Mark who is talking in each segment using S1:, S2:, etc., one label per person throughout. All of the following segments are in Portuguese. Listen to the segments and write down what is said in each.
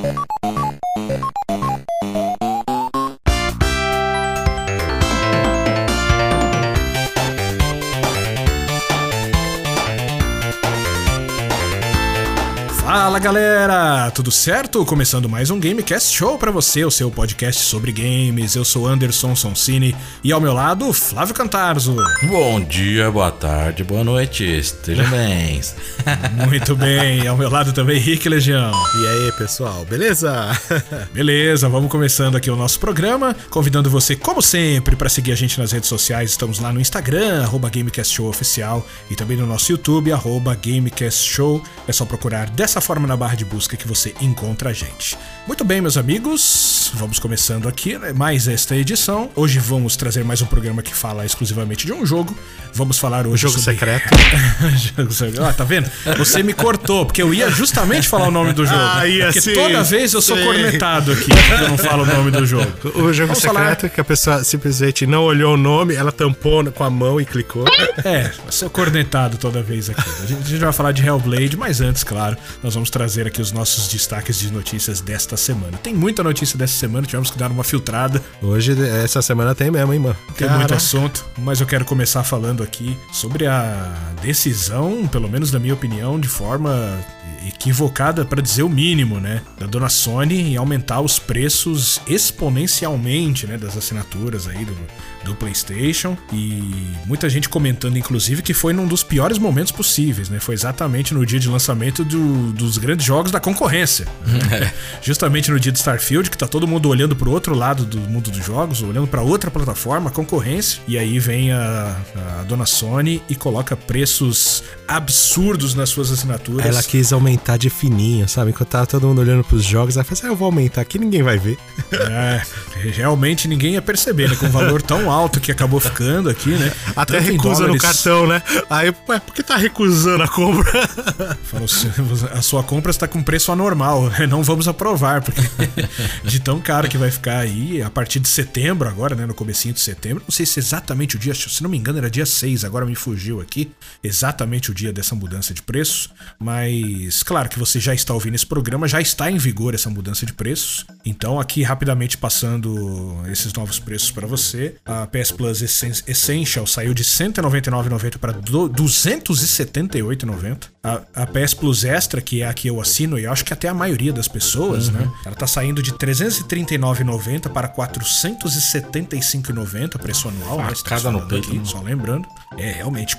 S1: Fala galera, tudo certo? Começando mais um Gamecast Show pra você, o seu podcast sobre games. Eu sou Anderson Sonsini e ao meu lado, Flávio Cantarzo.
S2: Bom dia, boa tarde, boa noite, estejam bem.
S1: Muito bem, ao meu lado também, Rick Legião.
S3: E aí pessoal, beleza?
S1: Beleza, vamos começando aqui o nosso programa, convidando você, como sempre, pra seguir a gente nas redes sociais. Estamos lá no Instagram, @GamecastShowOficial, e também no nosso YouTube, @GamecastShow. É só procurar dessa forma na barra de busca que você encontra a gente. Muito bem, meus amigos, vamos começando aqui, né, mais esta edição. Hoje vamos trazer mais um programa que fala exclusivamente de um jogo. Vamos falar hoje
S3: jogo
S1: sobre...
S3: secreto.
S1: Tá vendo? Você me cortou, porque eu ia justamente falar o nome do jogo. Porque
S3: sim,
S1: toda vez eu sou cornetado aqui, porque eu não falo o nome do jogo.
S3: O jogo secreto que a pessoa simplesmente não olhou o nome, ela tampou com a mão e clicou.
S1: Eu sou cornetado toda vez aqui. A gente vai falar de Hellblade, mas antes, claro, nós vamos trazer aqui os nossos destaques de notícias desta semana. Tem muita notícia dessa semana, tivemos que dar uma filtrada.
S3: Hoje, essa semana tem mesmo, hein, mano?
S1: Tem muito assunto, mas eu quero começar falando aqui sobre a decisão, pelo menos na minha opinião, de forma equivocada, para dizer o mínimo, né, da dona Sony em aumentar os preços exponencialmente, né, das assinaturas aí do PlayStation, e muita gente comentando, inclusive, que foi num dos piores momentos possíveis, né, foi exatamente no dia de lançamento dos grandes jogos da concorrência, né? Justamente no dia de Starfield, que tá todo mundo olhando pro outro lado do mundo dos jogos, olhando pra outra plataforma, a concorrência, e aí vem a dona Sony e coloca preços absurdos nas suas assinaturas.
S3: Ela quis aumentar de fininho, sabe? Enquanto tava todo mundo olhando pros jogos, ela falou assim, eu vou aumentar aqui, ninguém vai ver.
S1: Realmente ninguém ia perceber, né? Com um valor tão alto que acabou ficando aqui, né?
S3: Até recusa no cartão, né? Aí, por que tá recusando a compra?
S1: Falou assim, a sua compra está com preço anormal, não vamos aprovar, porque de tão caro que vai ficar aí, a partir de setembro agora, né? No comecinho de setembro, não sei se exatamente o dia, se não me engano era dia 6, agora me fugiu aqui, exatamente o dia dessa mudança de preço, mas claro que você já está ouvindo esse programa, já está em vigor essa mudança de preços, então aqui rapidamente passando esses novos preços para você. A PS Plus Essential saiu de R$ 199,90 para R$ 278,90. A PS Plus Extra, que é a que eu assino, e eu acho que até a maioria das pessoas, né, ela tá saindo de R$ 339,90 para R$ 475,90, preço anual, né?
S2: Cada no peito,
S1: aqui, só lembrando. Realmente, R$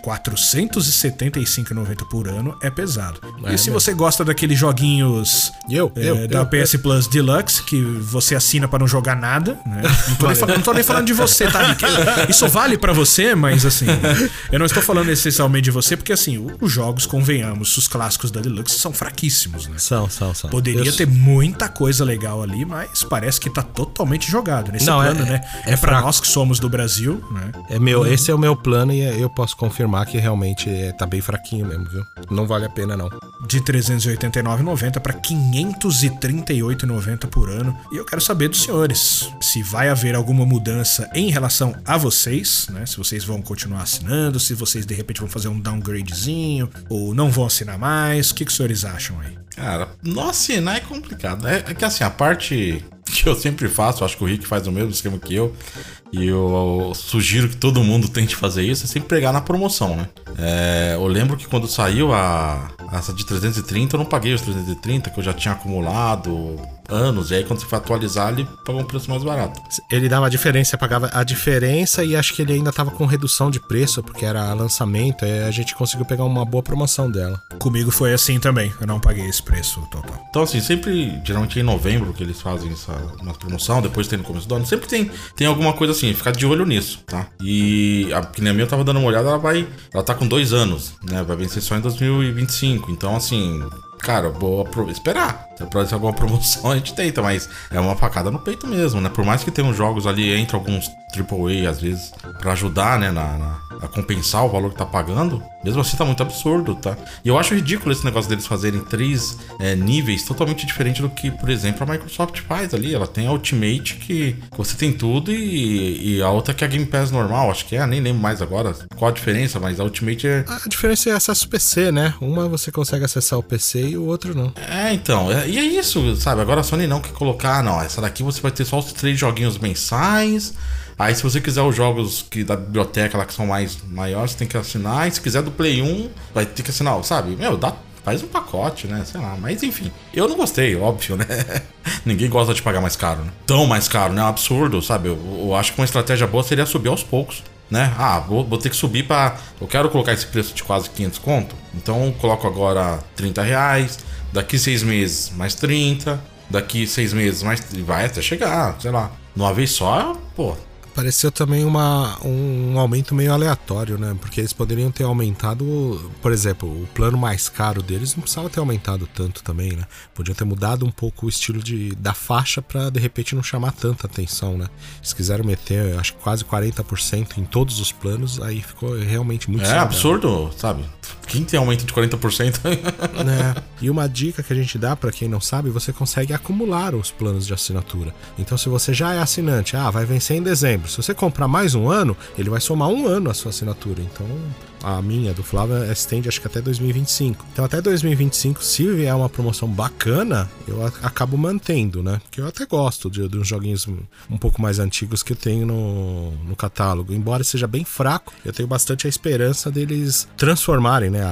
S1: 475,90 por ano é pesado. E se você gosta daqueles joguinhos da PS Plus Deluxe, que você assina pra não jogar nada, né? Não tô nem falando de você, tá, Rick? Isso vale pra você, mas assim, eu não estou falando essencialmente de você, porque assim, os jogos, convenhamos, os clássicos da Deluxe são fraquíssimos, né?
S3: São.
S1: Poderia ter muita coisa legal ali, mas parece que tá totalmente jogado nesse plano, né? É pra nós que somos do Brasil, né?
S3: Esse é o meu plano e eu posso confirmar que realmente tá bem fraquinho mesmo, viu? Não vale a pena, não.
S1: De R$ 389,90 para R$ 538,90 por ano. E eu quero saber dos senhores se vai haver alguma mudança em relação a vocês, né? Se vocês vão continuar assinando, se vocês de repente vão fazer um downgradezinho ou não vão assinar mais. O que os senhores acham aí?
S2: Cara, não assinar é complicado. É que assim, a parte que eu sempre faço, acho que o Rick faz o mesmo esquema que eu, e eu sugiro que todo mundo tente fazer isso, é sempre pegar na promoção, né? Eu lembro que quando saiu essa de 330, eu não paguei os 330, que eu já tinha acumulado anos, e aí quando você foi atualizar, ele pagou um preço mais barato.
S3: Ele dava a diferença, pagava a diferença, e acho que ele ainda tava com redução de preço, porque era lançamento, e a gente conseguiu pegar uma boa promoção dela.
S1: Comigo foi assim também, eu não paguei esse preço total.
S2: Então assim, sempre, geralmente em novembro que eles fazem uma promoção, depois tem no começo do ano, sempre tem alguma coisa assim, ficar de olho nisso, tá? E a que nem a minha eu tava dando uma olhada, ela tá com 2 anos, né? Vai vencer só em 2025, então assim, cara, vou esperar. Se aparecer alguma promoção, a gente tenta, mas é uma facada no peito mesmo, né? Por mais que tenham jogos ali, entre alguns AAA às vezes, pra ajudar, né, a compensar o valor que tá pagando, mesmo assim tá muito absurdo, tá? E eu acho ridículo esse negócio deles fazerem 3 níveis totalmente diferentes do que, por exemplo, a Microsoft faz ali. Ela tem a Ultimate que você tem tudo e a outra que é a Game Pass normal, acho que nem lembro mais agora qual a diferença, mas a Ultimate é...
S3: A diferença é acesso PC, né? Uma você consegue acessar o PC e o outro não.
S2: Então, e é isso, sabe? Agora a Sony não quer colocar, não, essa daqui você vai ter só os 3 joguinhos mensais. Aí se você quiser os jogos da biblioteca lá que são maiores, você tem que assinar. E se quiser do Play 1, vai ter que assinar, sabe? Faz um pacote, né? Sei lá, mas enfim. Eu não gostei, óbvio, né? Ninguém gosta de pagar mais caro, né? Tão mais caro, né? É um absurdo, sabe? Eu acho que uma estratégia boa seria subir aos poucos, né? Vou ter que subir pra... Eu quero colocar esse preço de quase 500 conto. Então eu coloco agora R$30. Daqui 6 meses mais 30. Daqui 6 meses mais... Vai até chegar, sei lá. Numa vez só, pô...
S3: Pareceu também um aumento meio aleatório, né? Porque eles poderiam ter aumentado, por exemplo, o plano mais caro deles não precisava ter aumentado tanto também, né? Podiam ter mudado um pouco o estilo da faixa pra de repente não chamar tanta atenção, né? Eles quiseram meter, acho que quase 40% em todos os planos, aí ficou realmente muito saudável.
S2: Absurdo, sabe? Quem tem aumento de 40%?
S3: Né? E uma dica que a gente dá pra quem não sabe, você consegue acumular os planos de assinatura. Então se você já é assinante, vai vencer em dezembro. Se você comprar mais um ano, ele vai somar um ano a sua assinatura. Então, a minha, do Flávio, estende acho que até 2025. Então, até 2025, se vier uma promoção bacana, eu acabo mantendo, né? Porque eu até gosto de uns joguinhos um pouco mais antigos que eu tenho no catálogo. Embora seja bem fraco, eu tenho bastante a esperança deles transformarem, né,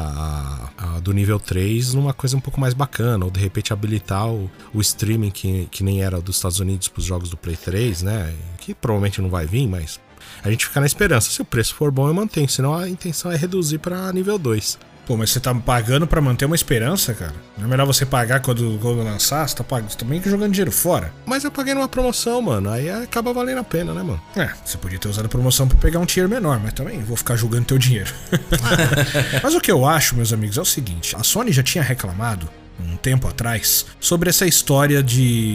S3: a do nível 3 numa coisa um pouco mais bacana. Ou, de repente, habilitar o streaming que nem era dos Estados Unidos para os jogos do Play 3, né? Que provavelmente não vai vir, mas a gente fica na esperança. Se o preço for bom, eu mantenho. Senão a intenção é reduzir para nível 2.
S1: Pô, mas você tá pagando pra manter uma esperança, cara? Não é melhor você pagar quando lançar? Você tá meio que jogando dinheiro fora.
S3: Mas eu paguei numa promoção, mano. Aí acaba valendo a pena, né, mano?
S1: Você podia ter usado a promoção pra pegar um tier menor, mas também vou ficar julgando teu dinheiro. Mas o que eu acho, meus amigos, é o seguinte. A Sony já tinha reclamado, um tempo atrás, sobre essa história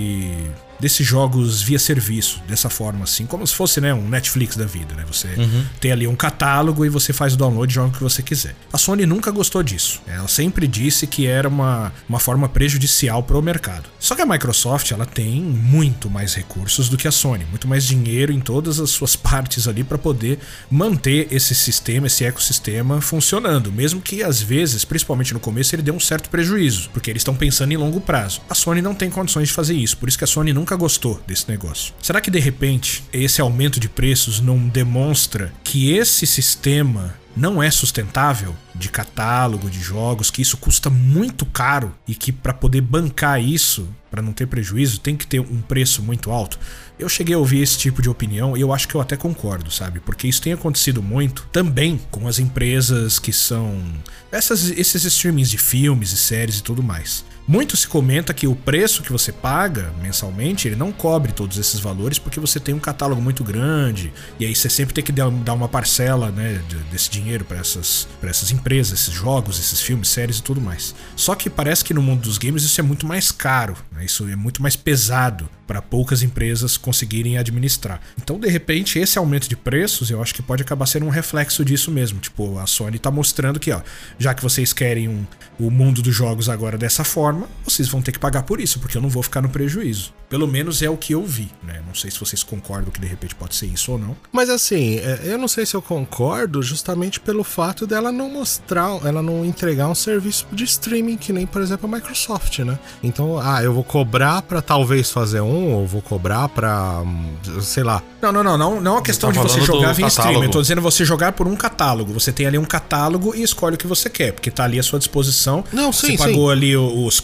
S1: desses jogos via serviço, dessa forma assim, como se fosse, né, um Netflix da vida, né? Você tem ali um catálogo e você faz o download de jogo que você quiser. A Sony nunca gostou disso. Ela sempre disse que era uma forma prejudicial para o mercado. Só que a Microsoft, ela tem muito mais recursos do que a Sony, muito mais dinheiro em todas as suas partes ali para poder manter esse sistema, esse ecossistema funcionando, mesmo que às vezes, principalmente no começo, ele dê um certo prejuízo, porque eles estão pensando em longo prazo. A Sony não tem condições de fazer isso, por isso que a Sony nunca gostou desse negócio. Será que de repente esse aumento de preços não demonstra que esse sistema não é sustentável de catálogo de jogos, que isso custa muito caro e que para poder bancar isso, para não ter prejuízo, tem que ter um preço muito alto? Eu cheguei a ouvir esse tipo de opinião e eu acho que eu até concordo, sabe? Porque isso tem acontecido muito também com as empresas que são esses streamings de filmes e séries e tudo mais. Muito se comenta que o preço que você paga mensalmente, ele não cobre todos esses valores porque você tem um catálogo muito grande e aí você sempre tem que dar uma parcela, né, desse dinheiro para essas empresas, esses jogos, esses filmes, séries e tudo mais. Só que parece que no mundo dos games isso é muito mais caro, né? Isso é muito mais pesado para poucas empresas conseguirem administrar. Então, de repente, esse aumento de preços, eu acho que pode acabar sendo um reflexo disso mesmo. Tipo, a Sony tá mostrando que, já que vocês querem o mundo dos jogos agora dessa forma, vocês vão ter que pagar por isso, porque eu não vou ficar no prejuízo. Pelo menos é o que eu vi, né? Não sei se vocês concordam que de repente pode ser isso ou não.
S3: Mas assim, eu não sei se eu concordo justamente pelo fato dela não mostrar, ela não entregar um serviço de streaming que nem, por exemplo, a Microsoft, né? Então, eu vou cobrar pra talvez fazer ou vou cobrar pra, sei lá.
S1: Não a questão de você jogar via streaming. Eu tô dizendo você jogar por um catálogo. Você tem ali um catálogo e escolhe o que você quer, porque tá ali à sua disposição.
S3: Não, sim,
S1: você pagou ali os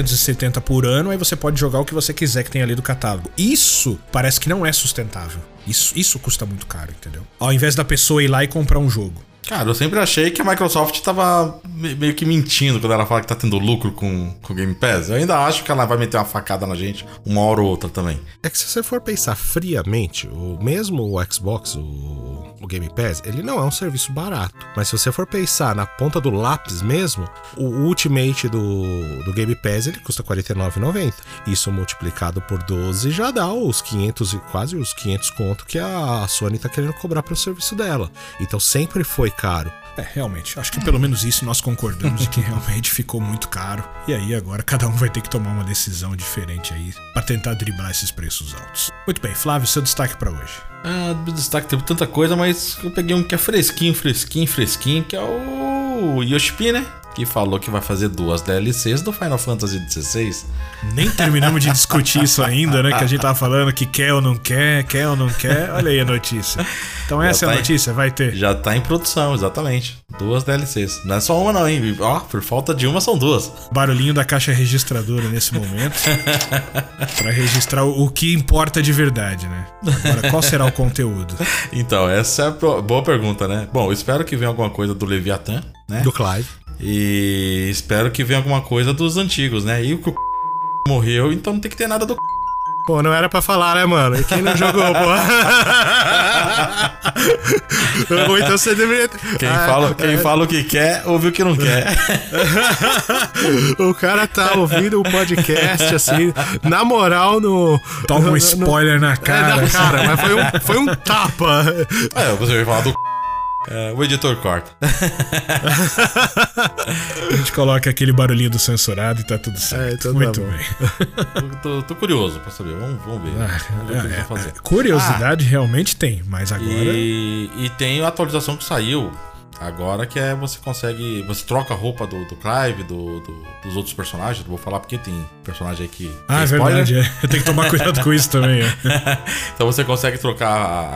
S1: 470 por ano, aí você pode jogar o que você quiser que tem ali do catálogo. Isso parece que não é sustentável. Isso custa muito caro, entendeu? Ao invés da pessoa ir lá e comprar um jogo.
S2: Cara, eu sempre achei que a Microsoft tava meio que mentindo quando ela fala que tá tendo lucro com o Game Pass. Eu ainda acho que ela vai meter uma facada na gente uma hora ou outra também.
S3: É que se você for pensar friamente, mesmo o Xbox, o Game Pass, ele não é um serviço barato. Mas se você for pensar na ponta do lápis mesmo, o Ultimate do Game Pass, ele custa R$ 49,90. Isso multiplicado por 12 já dá os 500 e quase os 500 conto que a Sony tá querendo cobrar pro serviço dela. Então sempre foi caro.
S1: Realmente, acho que pelo menos isso nós concordamos de que realmente ficou muito caro. E aí agora cada um vai ter que tomar uma decisão diferente aí pra tentar driblar esses preços altos. Muito bem, Flávio, seu destaque pra hoje.
S2: Meu destaque teve tanta coisa, mas eu peguei um que é fresquinho, que é o Yoshi, né? Que falou que vai fazer 2 DLCs do Final Fantasy XVI.
S1: Nem terminamos de discutir isso ainda, né? Que a gente tava falando que quer ou não quer. Olha aí a notícia. Então essa é a notícia, vai ter.
S2: Já tá em produção, exatamente. 2 DLCs. Não é só uma não, hein? Ó, por falta de uma são 2.
S1: Barulhinho da caixa registradora nesse momento. Pra registrar o que importa de verdade, né? Agora, qual será o conteúdo?
S2: Então, essa é a boa pergunta, né? Bom, eu espero que venha alguma coisa do Leviathan, né?
S3: Do Clive.
S2: E espero que venha alguma coisa dos antigos, né? E o que morreu, então não tem que ter nada do
S3: Pô, não era pra falar, né, mano? E quem não jogou, pô? Ou então você deveria...
S2: Quem fala o que quer, ouve o que não quer.
S3: O cara tá ouvindo o podcast, assim, na moral, no...
S1: Toma um spoiler na cara.
S3: Na cara, mas foi um tapa.
S2: Você vai falar do o editor corta.
S1: A gente coloca aquele barulhinho do censurado e tá tudo certo.
S3: Então
S1: muito
S3: tá
S1: bem.
S2: Tô curioso pra saber. Vamos ver. Vamos ver o que eles vão fazer.
S1: Curiosidade realmente tem, mas agora...
S2: E tem a atualização que saiu agora, que é você troca a roupa do Clive, dos outros personagens. Vou falar porque tem personagem aí que...
S1: é verdade. Eu tenho que tomar cuidado com isso também.
S2: Então você consegue trocar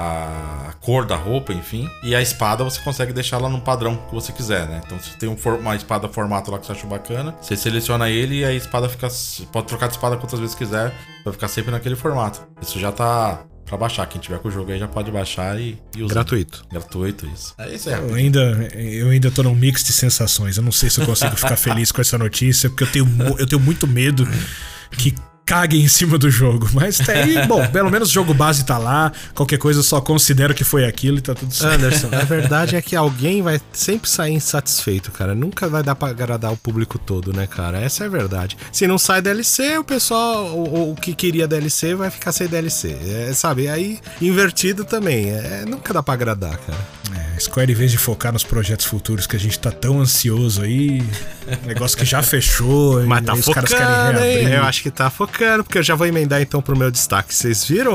S2: a cor da roupa, enfim. E a espada você consegue deixar lá no padrão que você quiser, né? Então se tem uma espada formato lá que você achou bacana, você seleciona ele e a espada fica... Pode trocar de espada quantas vezes quiser, vai ficar sempre naquele formato. Isso já tá... pra baixar, quem tiver com o jogo aí já pode baixar e usar. Gratuito, isso. É isso aí.
S1: Eu ainda tô num mix de sensações. Eu não sei se eu consigo ficar feliz com essa notícia, porque eu tenho muito medo que caguem em cima do jogo. Mas tá aí, bom, pelo menos o jogo base tá lá. Qualquer coisa eu só considero que foi aquilo e tá tudo certo.
S3: Anderson, a verdade é que alguém vai sempre sair insatisfeito, cara. Nunca vai dar pra agradar o público todo, né, cara? Essa é a verdade. Se não sai DLC, o pessoal, o que queria DLC vai ficar sem DLC. Sabe? Aí, invertido também. Nunca dá pra agradar, cara.
S1: Square, em vez de focar nos projetos futuros que a gente tá tão ansioso aí, negócio que já fechou,
S3: mas tá
S1: os
S3: focando,
S1: caras querem reabrir.
S3: Eu acho que tá focando, porque eu já vou emendar então pro meu destaque. Vocês viram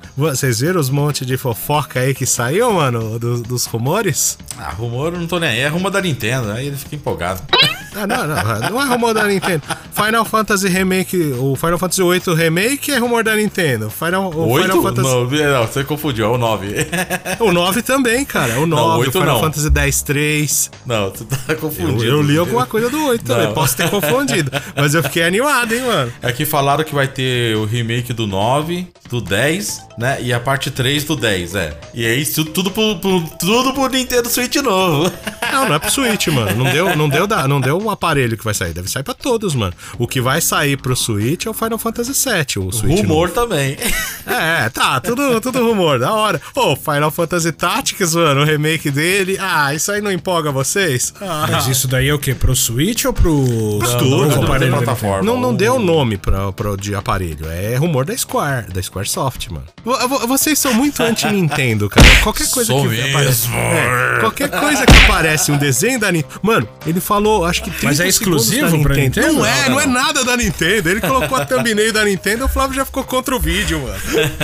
S3: os montes de fofoca aí que saiu, mano, dos rumores?
S2: Rumor eu não tô nem aí, é rumor da Nintendo, aí ele fica empolgado.
S3: Não é rumor da Nintendo. Final Fantasy Remake, o Final Fantasy VIII Remake é rumor da Nintendo. Final Fantasy...
S2: Não, você confundiu, é o 9.
S3: O 9 também, cara. O 9, o Final Fantasy X-3.
S2: Não, você tá confundindo.
S3: Eu li alguma coisa do 8 também, posso ter confundido. Mas eu fiquei animado, hein, mano.
S2: Aqui falaram que vai ter o remake do 9, do 10, né? E a parte 3 do 10, E é isso, tudo pro Nintendo Switch novo.
S3: Não é pro Switch, mano. Não deu um aparelho que vai sair. Deve sair pra todos, mano. O que vai sair pro Switch é o Final Fantasy VII. O Switch
S2: rumor
S3: novo.
S2: Também.
S3: Tá. Tudo rumor. Da hora. Final Fantasy Tactics, mano. O remake dele. Isso aí não empolga vocês?
S1: Mas isso daí é o quê? Pro Switch ou pro...
S2: Não, aparelho plataforma.
S3: Não deu nome de aparelho. É rumor da Squaresoft, mano. Vocês são muito anti-Nintendo, cara. Qualquer coisa qualquer coisa que aparece um desenho da Nintendo... Mano, ele falou, acho que 30
S1: Mas é exclusivo pra Nintendo?
S3: Não é nada da Nintendo. Ele colocou a thumbnail da Nintendo e o Flávio já ficou contra o vídeo, mano.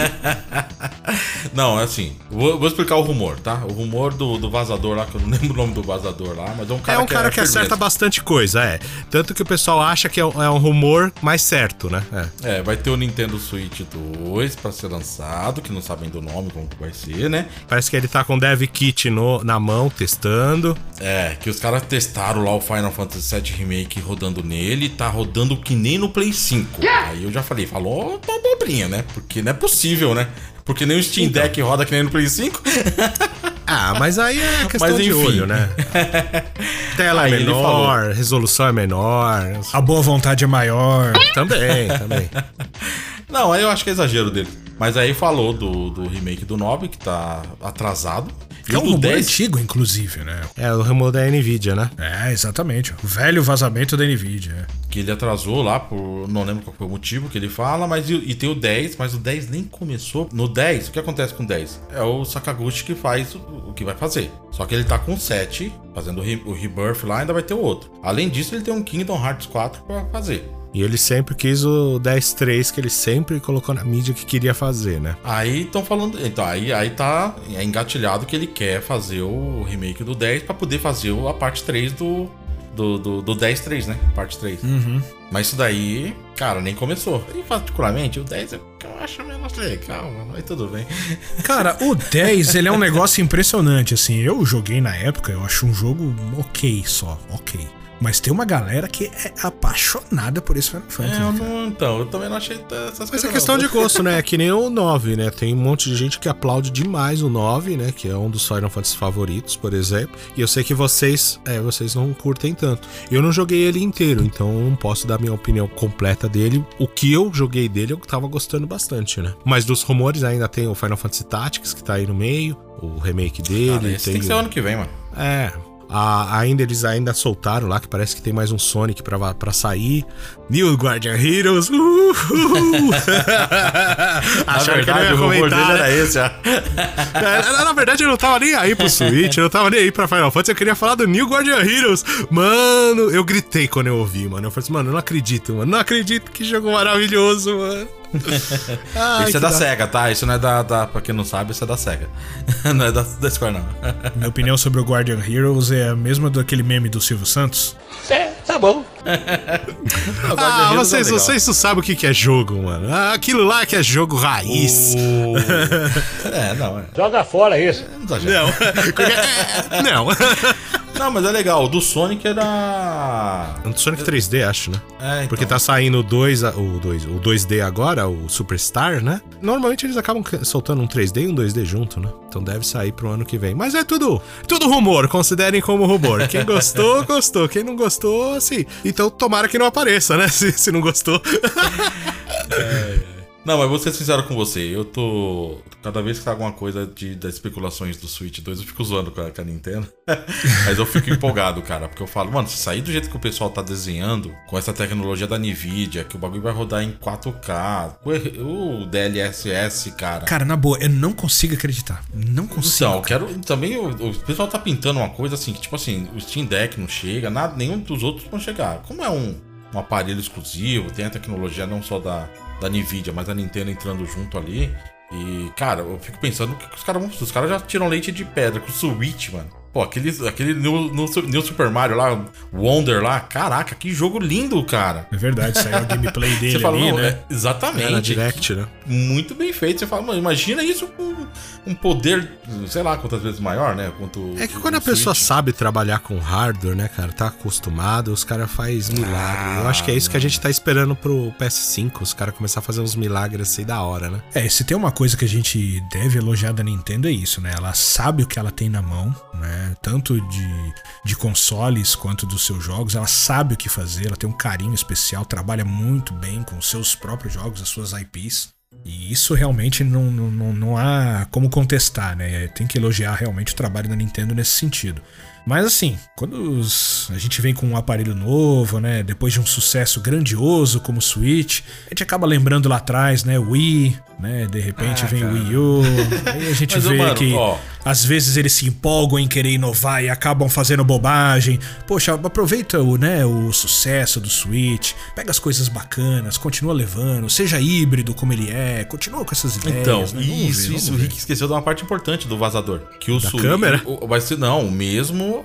S2: Não, é assim. Vou explicar o rumor, tá? O rumor do vazador lá, que eu não lembro o nome do vazador lá, mas é um cara
S3: que acerta bastante coisa, Tanto que o pessoal acha que é um rumor mais certo, né?
S2: Vai ter o Nintendo Switch 2 pra ser lançado, que não sabem do nome, como que vai ser, né?
S3: Parece que ele tá com o Dev Kit na mão, testando.
S2: Que os caras testaram lá o Final Fantasy VII Remake rodando nele, tá rodando que nem no Play 5. Aí eu já falou uma bobrinha, né? Porque não é possível, né? Porque nem o Steam Deck roda que nem no Play 5.
S3: Ah, mas aí é questão
S2: Mas,
S3: de
S2: enfim.
S3: olho, né? Tela é
S2: Aí ele falou.
S3: menor, resolução é menor.
S1: A boa vontade é maior.
S3: Também.
S2: Não, aí eu acho que é exagero dele. Mas aí falou do remake do 9, que tá atrasado.
S1: É um rumor antigo, inclusive, né?
S3: É o rumor da Nvidia, né?
S1: É, exatamente. O velho vazamento da Nvidia.
S2: Que ele atrasou lá por... Não lembro qual foi o motivo que ele fala, mas e tem o 10, mas o 10 nem começou. No 10, o que acontece com o 10? É o Sakaguchi que faz o que vai fazer. Só que ele tá com o 7, fazendo o Rebirth lá, ainda vai ter o outro. Além disso, ele tem um Kingdom Hearts 4 pra fazer.
S3: E ele sempre quis o 10.3, que ele sempre colocou na mídia que queria fazer, né?
S2: Aí estão falando... Então, aí tá engatilhado que ele quer fazer o remake do 10 pra poder fazer a parte 3 do 10.3, né? Parte 3.
S1: Uhum.
S2: Mas isso daí, cara, nem começou. E particularmente, o 10 eu acho menos legal, mano. Mas tudo bem.
S1: Cara, o 10, ele é um negócio impressionante, assim. Eu joguei na época, eu acho um jogo ok só, ok. Mas tem uma galera que é apaixonada por esse Final Fantasy.
S2: Eu também não achei essas coisas.
S3: Mas é questão de gosto, né? É que nem o 9, né? Tem um monte de gente que aplaude demais o 9, né? Que é um dos Final Fantasy favoritos, por exemplo. E eu sei que vocês não curtem tanto. Eu não joguei ele inteiro, então eu não posso dar minha opinião completa dele. O que eu joguei dele, eu tava gostando bastante, né? Mas dos rumores ainda tem o Final Fantasy Tactics, que tá aí no meio. O remake dele.
S2: Cara, esse tem que ser o ano que vem, mano.
S3: É... eles ainda soltaram lá que parece que tem mais um Sonic pra sair. New Guardian Heroes.
S2: Acharam que o rumor dele era esse, ó.
S3: Na verdade, eu não tava nem aí pro Switch, eu não tava nem aí pra Final Fantasy, eu queria falar do New Guardian Heroes. Mano, eu gritei quando eu ouvi, mano. Eu falei assim, mano, eu não acredito, mano. Não acredito, que jogo maravilhoso, mano.
S2: Isso é da SEGA, tá? Isso não é pra quem não sabe, isso é da SEGA. Não é da Square, não.
S1: Minha opinião sobre o Guardian Heroes é a mesma daquele meme do Silvio Santos.
S4: Tá bom.
S3: Vocês não sabem o que é jogo, mano. Aquilo lá que é jogo raiz.
S2: Não.
S4: Joga fora isso.
S3: Não.
S2: Não, mas é legal. O do Sonic era...
S3: Do Sonic 3D, acho, né?
S2: Então.
S3: Porque tá saindo o 2D agora, o Superstar, né? Normalmente eles acabam soltando um 3D e um 2D junto, né? Então deve sair pro ano que vem. Mas é tudo rumor, considerem como rumor. Quem gostou, gostou. Quem não gostou, assim. Então tomara que não apareça, né? Se não gostou.
S2: Não, mas vou ser sincero com você. Eu tô... Cada vez que tá alguma coisa das especulações do Switch 2, eu fico zoando com a Nintendo. Mas eu fico empolgado, cara. Porque eu falo, mano, se sair do jeito que o pessoal tá desenhando, com essa tecnologia da Nvidia, que o bagulho vai rodar em 4K, o DLSS, cara.
S1: Cara, na boa, eu não consigo acreditar. Não consigo.
S2: Então, eu quero... Também o pessoal tá pintando uma coisa assim, que tipo assim, o Steam Deck não chega, nada, nenhum dos outros vão chegar. Como é um aparelho exclusivo, tem a tecnologia não só da Nvidia, mas a Nintendo entrando junto ali. E, cara, eu fico pensando o que os caras vão fazer. Os caras já tiram leite de pedra com o Switch, mano. Pô, aquele New Super Mario lá, Wonder lá, caraca, que jogo lindo, cara.
S1: É verdade, saiu o gameplay dele
S2: você fala,
S1: ali,
S2: não,
S1: né?
S2: Exatamente.
S3: Na Direct, né?
S2: Muito bem feito. Você fala, mano, imagina isso com um poder, sei lá quantas vezes maior, né?
S3: É que quando a pessoa sabe trabalhar com hardware, né, cara, tá acostumado, os caras fazem milagre. Eu acho que é isso que a gente tá esperando pro PS5, os caras começar a fazer uns milagres assim da hora, né?
S1: Se tem uma coisa que a gente deve elogiar da Nintendo é isso, né? Ela sabe o que ela tem na mão, né? Tanto de consoles quanto dos seus jogos, ela sabe o que fazer, ela tem um carinho especial, trabalha muito bem com os seus próprios jogos, as suas IPs. E isso realmente não há como contestar, né? Tem que elogiar realmente o trabalho da Nintendo nesse sentido. Mas assim, quando a gente vem com um aparelho novo, né? Depois de um sucesso grandioso como o Switch, a gente acaba lembrando lá atrás, né? Wii, né? De repente vem o Wii U. Aí a gente vê que às vezes eles se empolgam em querer inovar e acabam fazendo bobagem. Poxa, aproveita o sucesso do Switch, pega as coisas bacanas, continua levando, seja híbrido como ele é, continua com essas ideias.
S2: Então,
S1: né?
S2: isso, o Rick esqueceu de uma parte importante do vazador. Que o Switch
S3: câmera?
S2: Vai ser, o mesmo.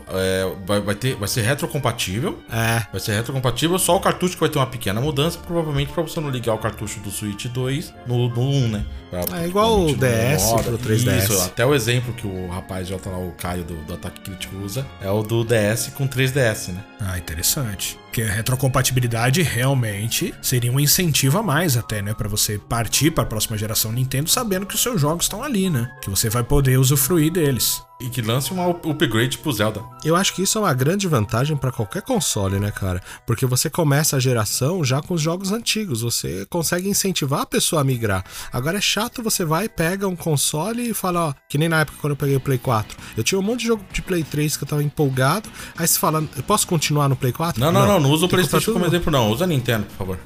S2: Vai ser retrocompatível. Vai ser retrocompatível, só o cartucho que vai ter uma pequena mudança, provavelmente pra você não ligar o cartucho do Switch 2 no 1, né?
S3: É igual o DS pro 3DS.
S2: Isso, até o exemplo que o rapaz já tá lá, o Caio do Ataque Crítico usa, é o do DS com 3DS, né?
S1: Interessante. Porque a retrocompatibilidade realmente seria um incentivo a mais até, né? Pra você partir pra próxima geração Nintendo sabendo que os seus jogos estão ali, né? Que você vai poder usufruir deles.
S2: E que lance um upgrade pro Zelda.
S3: Eu acho que isso é uma grande vantagem pra qualquer console, né, cara? Porque você começa a geração já com os jogos antigos, você consegue incentivar a pessoa a migrar. Agora é chato, você vai, pega um console e fala, ó, que nem na época quando eu peguei o Play 4. Eu tinha um monte de jogo de Play 3 que eu tava empolgado, aí você fala, eu posso continuar no Play 4?
S2: Não usa o PlayStation como exemplo, não. Usa a Nintendo, por favor.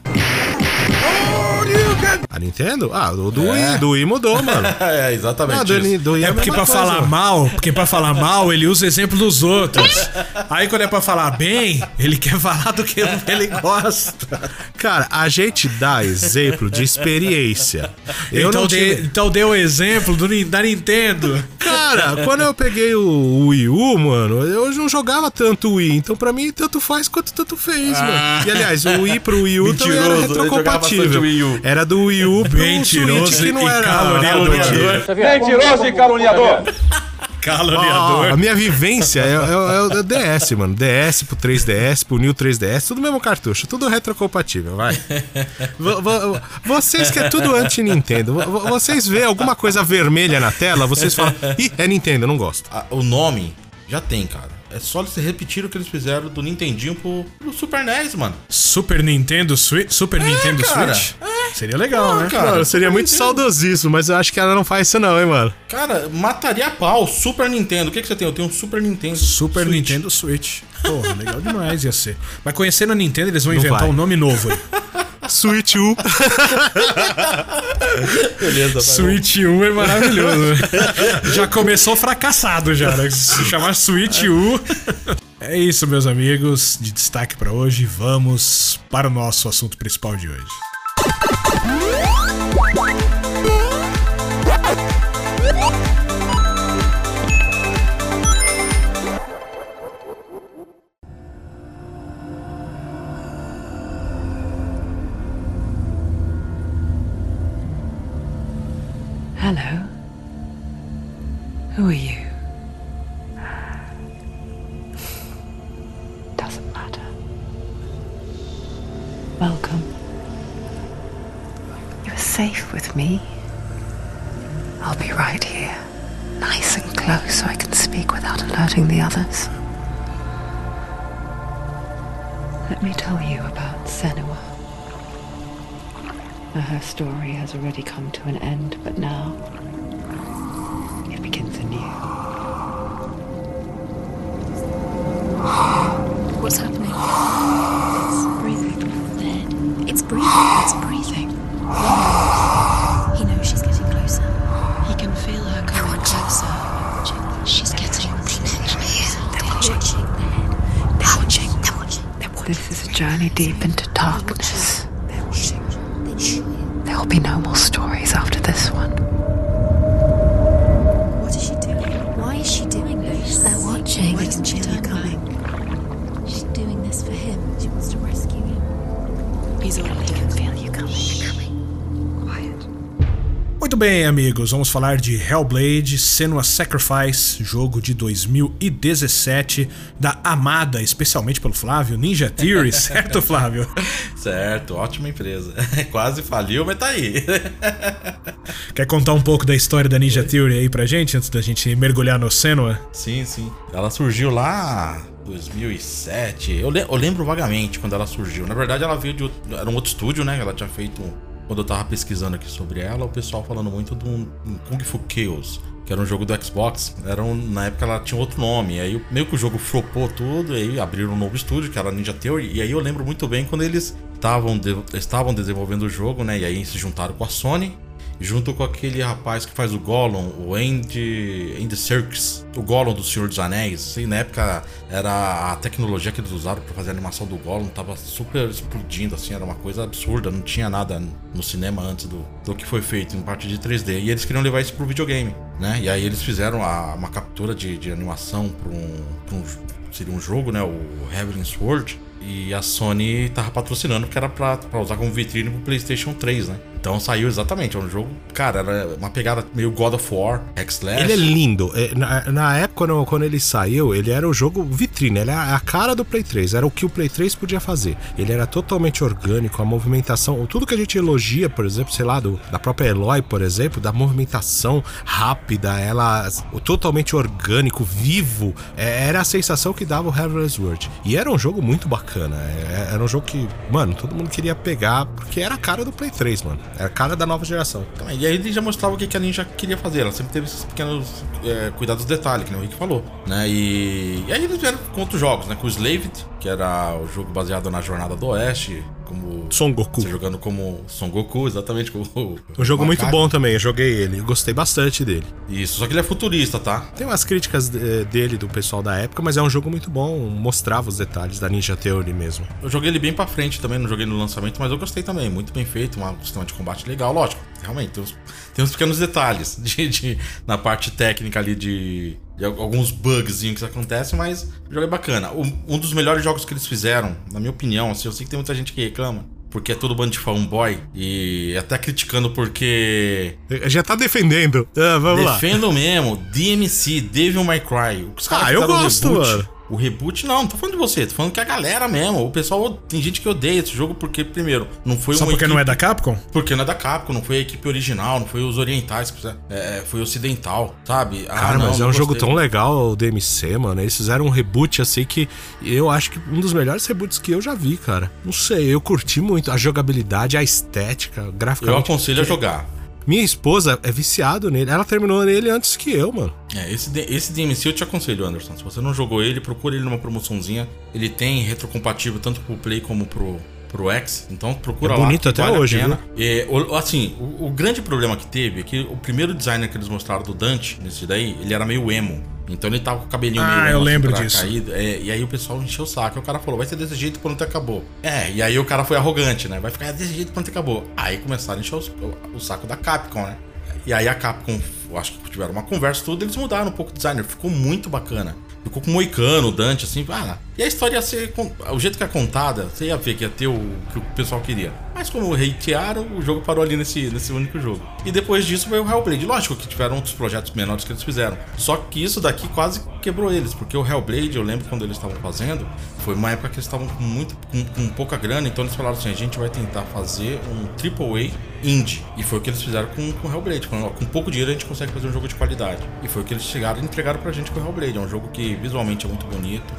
S3: A Nintendo? Ah, do Wii mudou, mano.
S2: É, exatamente isso.
S3: Do Wii
S1: É porque pra falar mal, ele usa exemplo dos outros. Aí quando é pra falar bem, ele quer falar do que ele gosta.
S3: Cara, a gente dá exemplo de experiência.
S1: Então dê o exemplo da Nintendo.
S3: Cara, quando eu peguei o Wii U, mano, eu não jogava tanto o Wii, então pra mim tanto faz quanto tanto fez, mano. E aliás, o Wii pro Wii U também era retrocompatível. Era do Wii U pro Switch, que não era caluniador.
S4: Mentiroso e caluniador.
S1: Caluniador.
S3: A minha vivência é o DS, mano. DS pro 3DS, pro New 3DS, tudo mesmo cartucho, tudo retrocompatível, vai. Vocês que é tudo anti-Nintendo, vocês vê alguma coisa vermelha na tela, vocês falam, ih, é Nintendo, eu não gosto.
S2: O nome já tem, cara. É só eles repetir o que eles fizeram do Nintendinho pro Super NES, mano.
S1: Super Nintendo Switch? Nintendo
S2: cara.
S1: Switch? Seria legal, né?
S3: Cara,
S2: Cara,
S3: seria muito
S2: Nintendo.
S3: saudosismo, mas eu acho que ela não faz isso não, hein, mano.
S2: Cara, mataria a pau. Super Nintendo. O que você tem? Eu tenho um Super Nintendo.
S1: Super
S2: Switch.
S1: Nintendo Switch. Porra, legal demais ia ser. Mas conhecendo a Nintendo, eles vão
S3: Não
S1: inventar
S3: vai.
S1: um nome novo aí.
S3: Switch U.
S2: Beleza, vai.
S1: Switch U é maravilhoso. Né? Já começou fracassado já, né? Se chamar Switch U. É isso, meus amigos. De destaque pra hoje, vamos para o nosso assunto principal de hoje.
S5: Hello. Who are you? Doesn't matter. Welcome. You're safe with me. I'll be right here, nice and close so I can speak without alerting the others. Let me tell you about Senua. Her story has already come to an end, but now it begins anew.
S6: What's happening? It's breathing. Dead. It's breathing. It's breathing. He knows she's getting closer. He can feel her coming closer. She's getting closer. They're watching. They're watching. They're watching.
S5: This is a journey deep into darkness.
S6: They're watching.
S5: There will be no more stories after this one.
S6: What is she doing? Why is she doing this? They're watching. Why doesn't she feel you coming? She's doing this for him. She wants to rescue him. He's already can feel you coming.
S5: Quiet.
S1: Muito bem, amigos, vamos falar de Hellblade: Senua's Sacrifice, jogo de 2017 da amada, especialmente pelo Flávio, Ninja Theory, certo, Flávio?
S2: Certo, ótima empresa. Quase faliu, mas tá aí.
S1: Quer contar um pouco da história da Ninja Theory aí pra gente, antes da gente mergulhar no Senua?
S2: Sim, sim. Ela surgiu lá em 2007. Eu lembro vagamente quando ela surgiu. Na verdade, ela veio de era um outro estúdio, né? Ela tinha feito... Quando eu tava pesquisando aqui sobre ela, o pessoal falando muito do Kung Fu Chaos, que era um jogo do Xbox. Na época ela tinha outro nome. E aí meio que o jogo flopou tudo, e aí abriram um novo estúdio, que era a Ninja Theory. E aí eu lembro muito bem quando eles estavam desenvolvendo o jogo, né? E aí se juntaram com a Sony, junto com aquele rapaz que faz o Gollum, o Andy Serkis, o Gollum do Senhor dos Anéis. Assim, na época era a tecnologia que eles usaram pra fazer a animação do Gollum, tava super explodindo, assim, era uma coisa absurda, não tinha nada no cinema antes do que foi feito em parte de 3D. E eles queriam levar isso pro videogame, né? E aí eles fizeram uma captura de animação seria um jogo, né? O Heavenly Sword. E a Sony tava patrocinando, porque era pra usar como vitrine pro PlayStation 3, né? Então saiu exatamente, é um jogo, cara, era uma pegada meio God of War, X-Slash.
S3: Ele é lindo. Na época, quando ele saiu, ele era o jogo vitrine, ele era a cara do Play 3, era o que o Play 3 podia fazer. Ele era totalmente orgânico, a movimentação, tudo que a gente elogia, por exemplo, sei lá, da própria Eloy, por exemplo, da movimentação rápida, ela totalmente orgânico, vivo, era a sensação que dava o Heavenly Sword. E era um jogo muito bacana, era um jogo que, mano, todo mundo queria pegar, porque era a cara do Play 3, mano. Era a cara da nova geração.
S2: E aí ele já mostrava o que a Ninja queria fazer. Ela sempre teve esses pequenos cuidados dos detalhes, que o Rick falou, né? E aí eles vieram com outros jogos, né? Com o Slaved, que era o jogo baseado na Jornada do Oeste, como
S3: Son Goku.
S2: Você jogando como Son Goku, exatamente. Como
S3: um jogo muito bom também, eu joguei ele, eu gostei bastante dele.
S2: Isso, só que ele é futurista, tá?
S3: Tem umas críticas dele, do pessoal da época, mas é um jogo muito bom, mostrava os detalhes da Ninja Theory mesmo.
S2: Eu joguei ele bem pra frente também, não joguei no lançamento, mas eu gostei também, muito bem feito, um sistema de combate legal, lógico, realmente, tem uns pequenos detalhes na parte técnica ali de alguns bugzinhos que acontecem, mas o jogo é bacana. Um dos melhores jogos que eles fizeram, na minha opinião, assim, eu sei que tem muita gente que reclama, porque é todo bando de fanboy, e até criticando porque...
S3: Já tá defendendo. Vamos lá.
S2: Defendo mesmo. DMC, Devil May Cry. Os caras
S3: eu gosto, mano.
S2: O reboot, não tô falando de você, tô falando que a galera mesmo. O pessoal, tem gente que odeia esse jogo porque, primeiro, não foi
S1: só porque equipe, não é da Capcom?
S2: Porque não é da Capcom, não foi a equipe original, não foi os orientais, foi ocidental, sabe?
S3: Cara, mas é um jogo tão legal, o DMC, mano. Eles fizeram um reboot assim que eu acho que um dos melhores reboots que eu já vi, cara. Não sei, eu curti muito a jogabilidade, a estética, graficamente.
S2: Eu aconselho a jogar.
S3: Minha esposa é viciado nele. Ela terminou nele antes que eu, mano.
S2: Esse DMC eu te aconselho, Anderson. Se você não jogou ele, procura ele numa promoçãozinha. Ele tem retrocompatível tanto pro Play como pro X. Então procura lá.
S3: É bonito até hoje, viu?
S2: Assim, o grande problema que teve é que o primeiro designer que eles mostraram do Dante, nesse daí, ele era meio emo. Então ele tava com o cabelinho meio...
S1: eu lembro disso.
S2: Caído, e aí o pessoal encheu o saco. E o cara falou, vai ser desse jeito quando acabou. E aí o cara foi arrogante, né? Vai ficar desse jeito quando acabou. Aí começaram a encher o saco da Capcom, né? E aí a Capcom, eu acho que tiveram uma conversa tudo, eles mudaram um pouco o designer. Ficou muito bacana. Ficou com o Moicano, o Dante, assim. E a história ia ser... O jeito que é contada, você ia ver que ia ter o que o pessoal queria. Mas como hatearam, o jogo parou ali nesse único jogo. E depois disso veio o Hellblade. Lógico que tiveram outros projetos menores que eles fizeram. Só que isso daqui quase quebrou eles. Porque o Hellblade, eu lembro quando eles estavam fazendo, foi uma época que eles estavam com pouca grana. Então eles falaram assim, a gente vai tentar fazer um AAA indie. E foi o que eles fizeram com o Hellblade. Falaram, com pouco dinheiro a gente consegue fazer um jogo de qualidade. E foi o que eles chegaram e entregaram pra gente com o Hellblade. É um jogo que visualmente é muito bonito.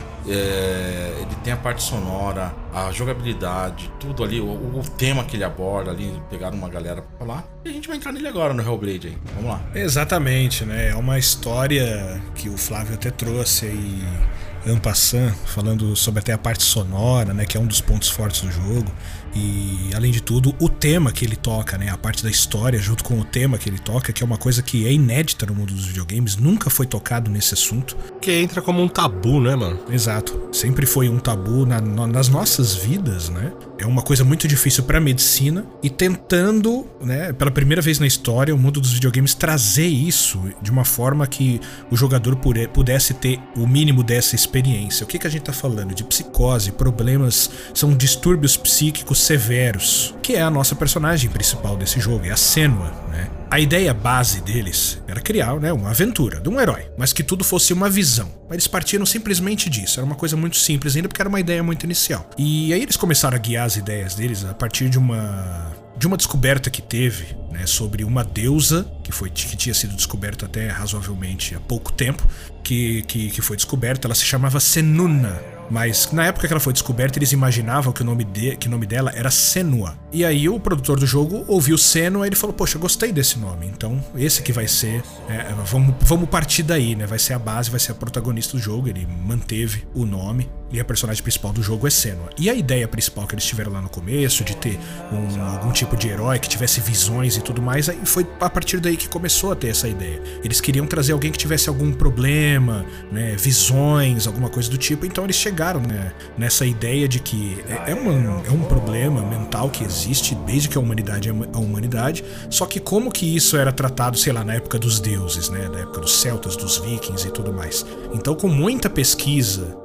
S2: Ele tem a parte sonora, a jogabilidade, tudo ali, o tema que ele aborda ali, pegaram uma galera pra falar. E a gente vai entrar nele agora no Hellblade aí. Vamos lá.
S1: Exatamente, né? É uma história que o Flávio até trouxe aí en passant, falando sobre até a parte sonora, né, que é um dos pontos fortes do jogo. E, além de tudo, o tema que ele toca, né, a parte da história junto com o tema que ele toca, que é uma coisa que é inédita no mundo dos videogames, nunca foi tocado nesse assunto.
S3: Que entra como um tabu, né, mano?
S1: Exato. Sempre foi um tabu nas nossas vidas, né? É uma coisa muito difícil pra medicina e tentando, né, pela primeira vez na história, o mundo dos videogames trazer isso de uma forma que o jogador pudesse ter o mínimo dessa experiência. O que a gente tá falando? De psicose, problemas, são distúrbios psíquicos severos, que é a nossa personagem principal desse jogo, é a Senua, né? A ideia base deles era criar, né, uma aventura de um herói, mas que tudo fosse uma visão. Eles partiram simplesmente disso, era uma coisa muito simples ainda, porque era uma ideia muito inicial. E aí eles começaram a guiar as ideias deles a partir de uma descoberta que teve, né, sobre uma deusa que tinha sido descoberta até razoavelmente há pouco tempo, que foi descoberta. Ela se chamava Senuna, mas na época que ela foi descoberta eles imaginavam que o nome dela era Senua. E aí o produtor do jogo ouviu Senua e ele falou, poxa, gostei desse nome, então esse que vai ser, vamos partir daí, né? Vai ser a base, vai ser a protagonista do jogo. Ele manteve o nome e a personagem principal do jogo é Senua. E a ideia principal que eles tiveram lá no começo, de ter algum tipo de herói que tivesse visões e tudo mais, aí foi a partir daí que começou a ter essa ideia. Eles queriam trazer alguém que tivesse algum problema, né, visões, alguma coisa do tipo. Então eles chegaram, né, nessa ideia de que é um problema mental que existe desde que a humanidade é a humanidade, só que como que isso era tratado, sei lá, na época dos deuses, né, na época dos celtas, dos vikings e tudo mais. Então, com muita pesquisa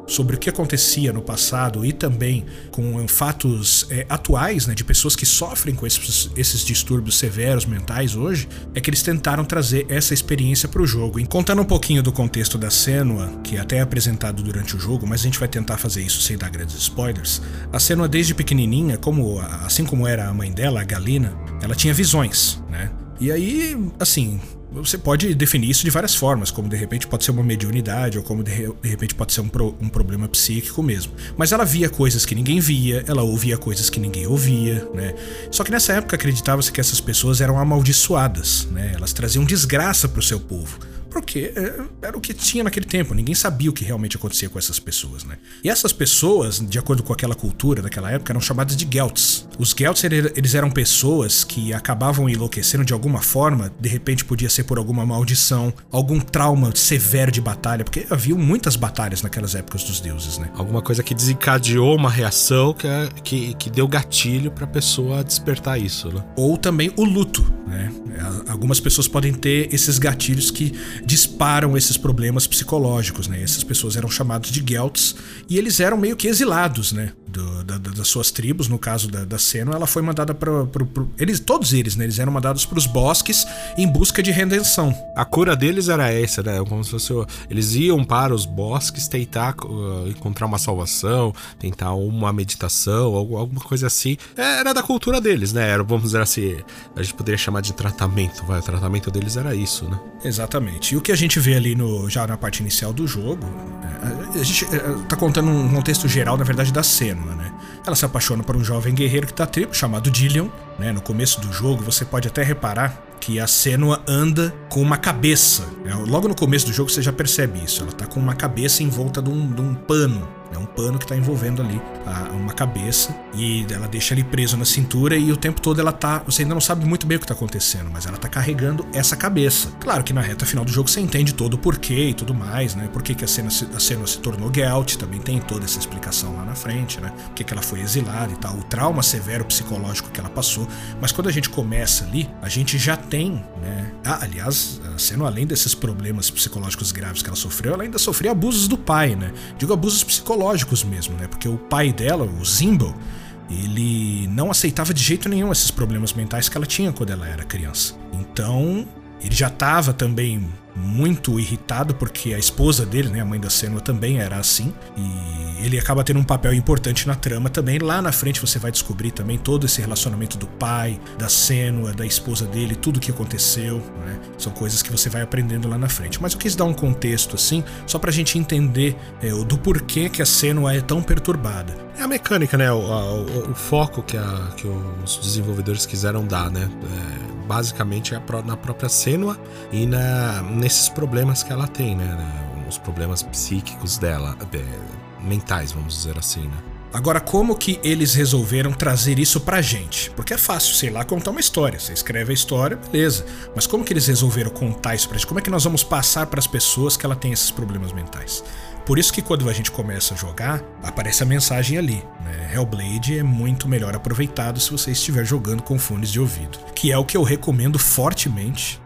S1: sobre o que acontecia no passado e também com fatos atuais, né, de pessoas que sofrem com esses distúrbios severos mentais hoje, é que eles tentaram trazer essa experiência para o jogo. E contando um pouquinho do contexto da Senua, que até é apresentado durante o jogo, mas a gente vai tentar fazer isso sem dar grandes spoilers. A Senua, desde pequenininha, assim como era a mãe dela, a Galina, ela tinha visões, né? E aí, assim, você pode definir isso de várias formas, como de repente pode ser uma mediunidade, ou como de repente pode ser um problema psíquico mesmo. Mas ela via coisas que ninguém via, ela ouvia coisas que ninguém ouvia, né? Só que nessa época acreditava-se que essas pessoas eram amaldiçoadas, né? Elas traziam desgraça para o seu povo. Porque era o que tinha naquele tempo, ninguém sabia o que realmente acontecia com essas pessoas, né? E essas pessoas, de acordo com aquela cultura daquela época, eram chamadas de Gelts. Os Gelts, eles eram pessoas que acabavam enlouquecendo de alguma forma, de repente podia ser por alguma maldição, algum trauma severo de batalha, porque havia muitas batalhas naquelas épocas dos deuses, né?
S3: Alguma coisa que desencadeou uma reação que deu gatilho pra pessoa despertar isso, né?
S1: Ou também o luto, né? Algumas pessoas podem ter esses gatilhos que disparam esses problemas psicológicos, né? Essas pessoas eram chamadas de Gelts e eles eram meio que exilados, né? Das suas tribos. No caso da Senua, ela foi mandada todos eles, né? Eles eram mandados para os bosques em busca de redenção.
S3: A cura deles era essa, né? Como se fosse, eles iam para os bosques tentar encontrar uma salvação, tentar uma meditação, alguma coisa assim. Era da cultura deles, né? Era, vamos dizer assim, a gente poderia chamar de tratamento. O tratamento deles era isso, né?
S1: Exatamente. E o que a gente vê ali já na parte inicial do jogo, a gente tá contando um contexto geral, na verdade, da Senua, né? Ela se apaixona por um jovem guerreiro que tá tribo, chamado Dillion, né? No começo do jogo, você pode até reparar que a Senua anda com uma cabeça. Logo no começo do jogo você já percebe isso. Ela tá com uma cabeça em volta de um pano. É um pano que tá envolvendo ali uma cabeça e ela deixa ele preso na cintura e o tempo todo você ainda não sabe muito bem o que tá acontecendo, mas ela tá carregando essa cabeça. Claro que na reta final do jogo você entende todo o porquê e tudo mais, né? Por que a Senua se tornou Gelt, também tem toda essa explicação lá na frente, né? Por que ela foi exilada e tal, o trauma severo psicológico que ela passou. Mas quando a gente começa ali, a gente já tem, né? Aliás, a Senua, além desses problemas psicológicos graves que ela sofreu, ela ainda sofreu abusos do pai, né? Digo abusos psicológicos mesmo, né? Porque o pai dela, o Zimbel, ele não aceitava de jeito nenhum esses problemas mentais que ela tinha quando ela era criança. Então, ele já estava também muito irritado porque a esposa dele, né, a mãe da Senua, também era assim, e ele acaba tendo um papel importante na trama também. Lá na frente você vai descobrir também todo esse relacionamento do pai, da Senua, da esposa dele, tudo o que aconteceu, né? São coisas que você vai aprendendo lá na frente. Mas eu quis dar um contexto assim, só pra gente entender do porquê que a Senua é tão perturbada.
S3: É a mecânica, né? O foco que os desenvolvedores quiseram dar, né? Basicamente é na própria Senua e nesses problemas que ela tem, né? Os problemas psíquicos dela, mentais, vamos dizer assim, né?
S1: Agora, como que eles resolveram trazer isso pra gente? Porque é fácil, sei lá, contar uma história. Você escreve a história, beleza. Mas como que eles resolveram contar isso pra gente? Como é que nós vamos passar pras pessoas que ela tem esses problemas mentais? Por isso que quando a gente começa a jogar, aparece a mensagem ali, né? Hellblade é muito melhor aproveitado se você estiver jogando com fones de ouvido. Que é o que eu recomendo fortemente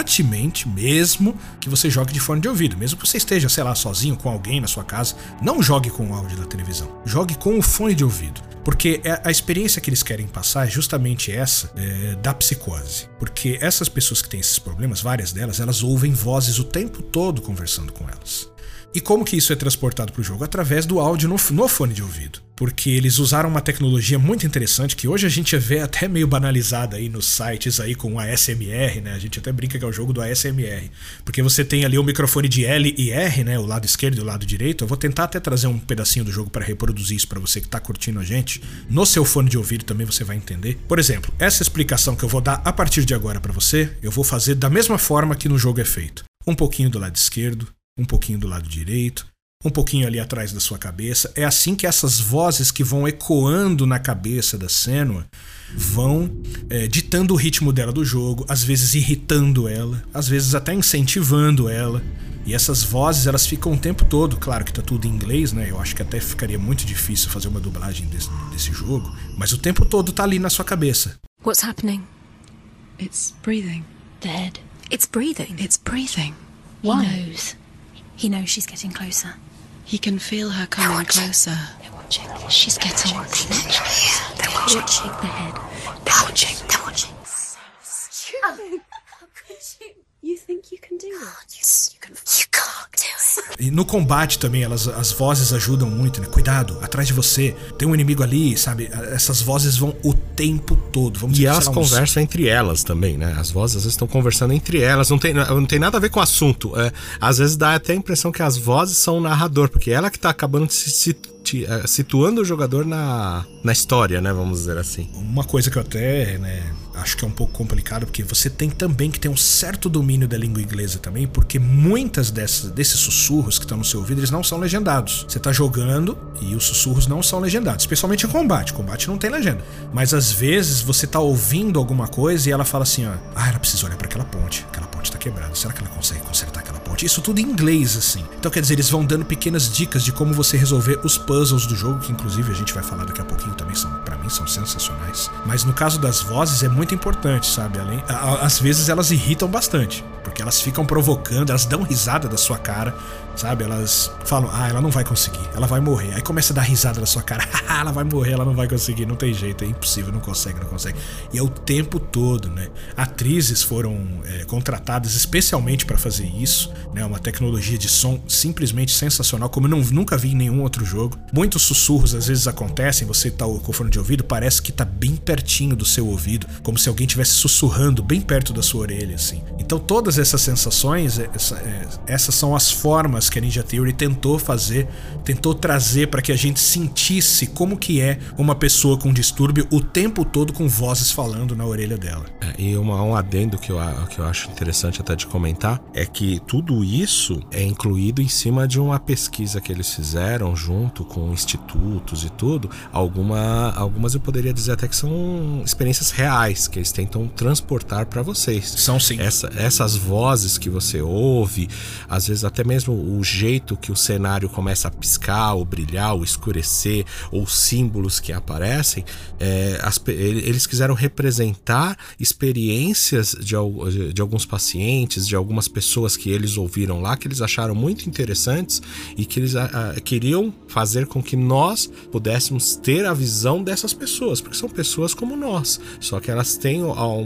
S1: mesmo, que você jogue de fone de ouvido. Mesmo que você esteja, sei lá, sozinho com alguém na sua casa, não jogue com o áudio da televisão. Jogue com o fone de ouvido. Porque a experiência que eles querem passar é justamente essa da psicose. Porque essas pessoas que têm esses problemas, várias delas, elas ouvem vozes o tempo todo conversando com elas. E como que isso é transportado para o jogo? Através do áudio no fone de ouvido. Porque eles usaram uma tecnologia muito interessante que hoje a gente vê até meio banalizada aí nos sites aí com o ASMR, né? A gente até brinca que é o jogo do ASMR. Porque você tem ali o microfone de L e R, né? O lado esquerdo e o lado direito. Eu vou tentar até trazer um pedacinho do jogo para reproduzir isso para você que tá curtindo a gente. No seu fone de ouvido também você vai entender. Por exemplo, essa explicação que eu vou dar a partir de agora para você, eu vou fazer da mesma forma que no jogo é feito. Um pouquinho do lado esquerdo, um pouquinho do lado direito, um pouquinho ali atrás da sua cabeça. É assim que essas vozes que vão ecoando na cabeça da Senua vão ditando o ritmo dela do jogo, às vezes irritando ela, às vezes até incentivando ela. E essas vozes, elas ficam o tempo todo, claro que tá tudo em inglês, né? Eu acho que até ficaria muito difícil fazer uma dublagem desse jogo, mas o tempo todo tá ali na sua cabeça.
S6: What's happening?
S5: It's breathing.
S6: Dead. It's breathing.
S5: It's breathing.
S6: He knows. He knows she's getting closer. He can feel her coming closer.
S5: They're watching.
S6: She's getting closer.
S5: They're watching.
S6: Shake the head.
S5: They're watching. They're watching.
S6: You think you can do it?
S5: You can't do it.
S1: E no combate também, as vozes ajudam muito, né? Cuidado, atrás de você, tem um inimigo ali, sabe? Essas vozes vão o tempo todo. Vamos
S3: E
S1: dizer,
S3: elas
S1: sei lá,
S3: conversam entre elas também, né? As vozes às vezes estão conversando entre elas, não tem nada a ver com o assunto. Às vezes dá até a impressão que as vozes são o narrador, porque ela que tá acabando de situando o jogador na história, né? Vamos dizer assim.
S1: Uma coisa que eu até, acho que é um pouco complicado, porque você tem também que ter um certo domínio da língua inglesa também, porque muitas desses sussurros que estão no seu ouvido, eles não são legendados. Você tá jogando e os sussurros não são legendados, especialmente em combate. Combate não tem legenda. Mas às vezes você tá ouvindo alguma coisa e ela fala assim, ó, ela precisa olhar pra aquela ponte tá quebrada, será que ela consegue consertar aquela ponte? Isso tudo em inglês, assim. Então quer dizer, eles vão dando pequenas dicas de como você resolver os puzzles do jogo, que inclusive a gente vai falar daqui a pouquinho também, pra mim são sensacionais. Mas no caso das vozes é muito importante, sabe? Às vezes elas irritam bastante, porque elas ficam provocando, elas dão risada da sua cara, sabe? Elas falam, ela não vai conseguir, ela vai morrer. Aí começa a dar risada da sua cara, ela vai morrer, ela não vai conseguir, não tem jeito, é impossível, não consegue. E é o tempo todo, né? Atrizes foram contratadas especialmente para fazer isso, né? Uma tecnologia de som simplesmente sensacional, como eu nunca vi em nenhum outro jogo. Muitos sussurros às vezes acontecem, você tá com o fone de ouvido, parece que tá bem pertinho do seu ouvido, como se alguém estivesse sussurrando bem perto da sua orelha, assim. Então todas essas sensações, essas são as formas que a Ninja Theory tentou trazer para que a gente sentisse como que é uma pessoa com distúrbio o tempo todo com vozes falando na orelha dela.
S3: E um adendo que eu acho interessante até de comentar é que tudo isso é incluído em cima de uma pesquisa que eles fizeram junto com institutos e tudo. Algumas eu poderia dizer até que são experiências reais que eles tentam transportar para vocês.
S1: São sim.
S3: Essas vozes que você ouve, às vezes até mesmo o jeito que o cenário começa a piscar, ou brilhar, ou escurecer, ou símbolos que aparecem, eles quiseram representar experiências de alguns pacientes, de algumas pessoas que eles ouviram lá, que eles acharam muito interessantes e que eles queriam fazer com que nós pudéssemos ter a visão dessas pessoas, porque são pessoas como nós, só que elas têm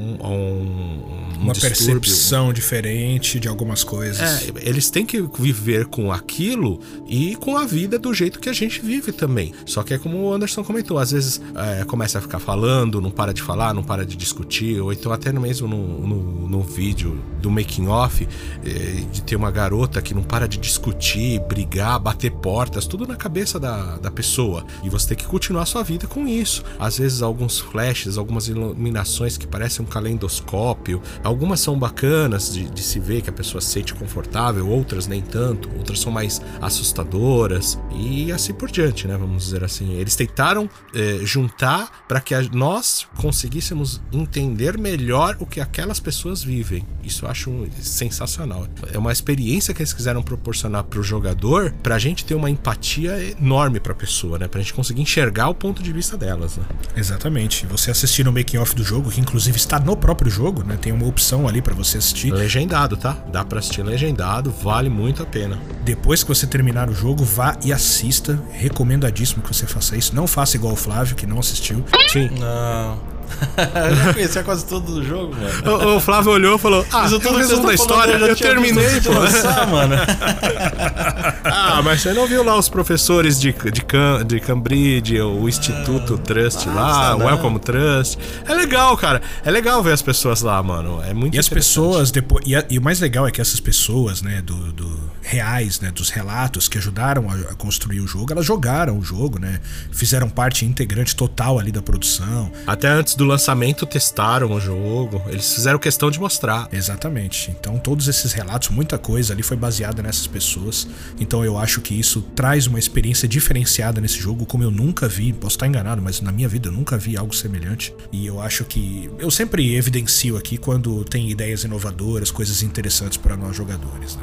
S1: uma percepção diferente de algumas coisas.
S3: Eles têm que viver com aquilo e com a vida do jeito que a gente vive também. Só que é como o Anderson comentou, às vezes começa a ficar falando, não para de falar, não para de discutir, ou então até mesmo no vídeo do making off, de ter uma garota que não para de discutir, brigar, bater portas, tudo na cabeça da pessoa, e você tem que continuar a sua vida com isso. Às vezes alguns flashes, algumas iluminações que parecem um calendoscópio, algumas são bacanas de se ver, que a pessoa se sente confortável, outras nem tanto, outras são mais assustadoras e assim por diante, né? Vamos dizer assim. Eles tentaram juntar para que nós conseguíssemos entender melhor o que aquelas pessoas vivem. Isso eu acho sensacional. É uma experiência que eles quiseram proporcionar pro jogador, pra gente ter uma empatia enorme pra pessoa, né? Pra gente conseguir enxergar o ponto de vista delas, né?
S1: Exatamente. Você assistir no making off do jogo, que inclusive está no próprio jogo, né? Tem uma opção ali pra você assistir.
S3: Legendado, tá? Dá pra assistir legendado, vale muito a pena.
S1: Depois que você terminar o jogo, vá e assista. Recomendadíssimo que você faça isso. Não faça igual o Flávio, que não assistiu.
S3: Sim.
S2: Não. Eu já conhecia quase todo do jogo, mano.
S3: O Flávio olhou e falou:
S2: Mas
S3: eu resumo da história, eu terminei, pô.
S2: Mano.
S3: Mas você não viu lá os professores de Cambridge, o Instituto Trust lá, o Welcome Trust. É legal, cara. É legal ver as pessoas lá, mano. É muito interessante.
S1: E as pessoas depois. E o mais legal é que essas pessoas, né, do reais, né, dos relatos que ajudaram a construir o jogo, elas jogaram o jogo, né? Fizeram parte integrante total ali da produção.
S3: Até antes do lançamento testaram o jogo, eles fizeram questão de mostrar.
S1: Exatamente, então todos esses relatos, muita coisa ali foi baseada nessas pessoas, então eu acho que isso traz uma experiência diferenciada nesse jogo, como eu nunca vi, posso estar enganado, mas na minha vida eu nunca vi algo semelhante, e eu acho que eu sempre evidencio aqui quando tem ideias inovadoras, coisas interessantes para nós jogadores, né?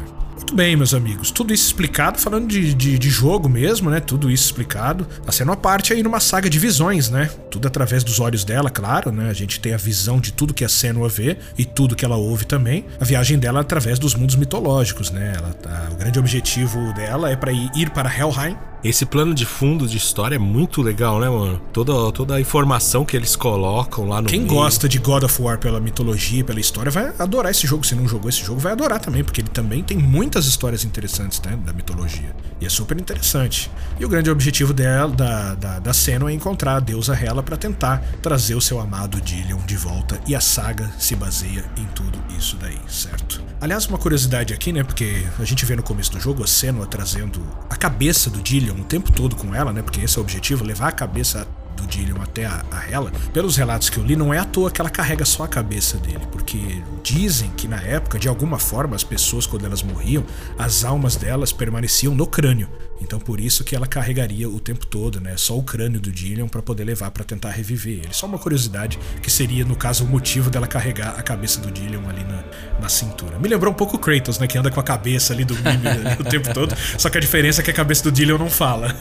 S1: Muito bem, meus amigos, tudo isso explicado, falando de jogo mesmo, né? Tudo isso explicado. A Senua parte aí numa saga de visões, né? Tudo através dos olhos dela, claro, né? A gente tem a visão de tudo que a Senua vê e tudo que ela ouve também. A viagem dela é através dos mundos mitológicos, né? O grande objetivo dela é para ir para Helheim.
S3: Esse plano de fundo de história é muito legal, né, mano? Toda a informação que eles colocam lá no
S1: Quem
S3: meio.
S1: gosta de God of War pela mitologia, pela história, vai adorar esse jogo. Se não jogou esse jogo, vai adorar também, porque ele também tem muitas histórias interessantes, né, da mitologia. E é super interessante. E o grande objetivo dela, da Senua, é encontrar a deusa Hela para tentar trazer o seu amado Dillion de volta. E a saga se baseia em tudo isso daí, certo? Aliás, uma curiosidade aqui, né, porque a gente vê no começo do jogo a Senua trazendo a cabeça do Dillion o tempo todo com ela, né, porque esse é o objetivo, levar a cabeça do Dillion até a Hela. Pelos relatos que eu li, não é à toa que ela carrega só a cabeça dele, porque dizem que na época, de alguma forma, as pessoas, quando elas morriam, as almas delas permaneciam no crânio. Então por isso que ela carregaria o tempo todo, né, só o crânio do Dillion para poder levar para tentar reviver ele. Só uma curiosidade que seria, no caso, o motivo dela carregar a cabeça do Dillion ali na cintura. Me lembrou um pouco o Kratos, né, que anda com a cabeça ali do Mimir ali o tempo todo, só que a diferença é que a cabeça do Dillion não fala.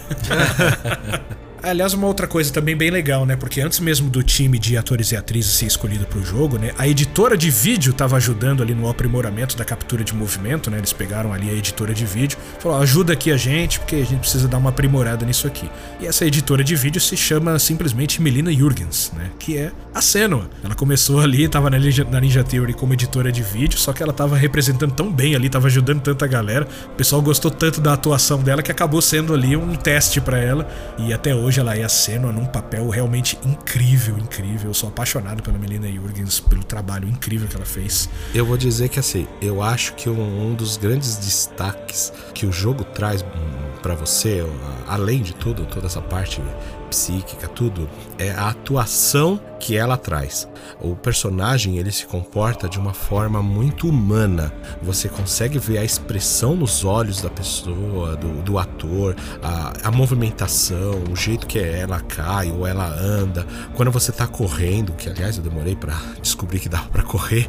S1: Aliás, uma outra coisa também bem legal, né? Porque antes mesmo do time de atores e atrizes ser escolhido pro jogo, né? A editora de vídeo tava ajudando ali no aprimoramento da captura de movimento, né? Eles pegaram ali a editora de vídeo, falou, ajuda aqui a gente, porque a gente precisa dar uma aprimorada nisso aqui. E essa editora de vídeo se chama simplesmente Melina Jurgens, né? Que é a Senua. Ela começou ali, tava na Ninja Theory como editora de vídeo, só que ela tava representando tão bem ali, tava ajudando tanta galera. O pessoal gostou tanto da atuação dela que acabou sendo ali um teste pra ela. E até hoje ela é a Senua num papel realmente incrível, incrível. Eu sou apaixonado pela Melina Jurgens, pelo trabalho incrível que ela fez.
S3: Eu vou dizer que assim, eu acho que um dos grandes destaques que o jogo traz pra você, além de tudo, toda essa parte psíquica, tudo, é a atuação que ela traz. O personagem, ele se comporta de uma forma muito humana. Você consegue ver a expressão nos olhos da pessoa, do ator, a movimentação, o jeito que ela cai ou ela anda. Quando você tá correndo, que aliás eu demorei pra descobrir que dava pra correr.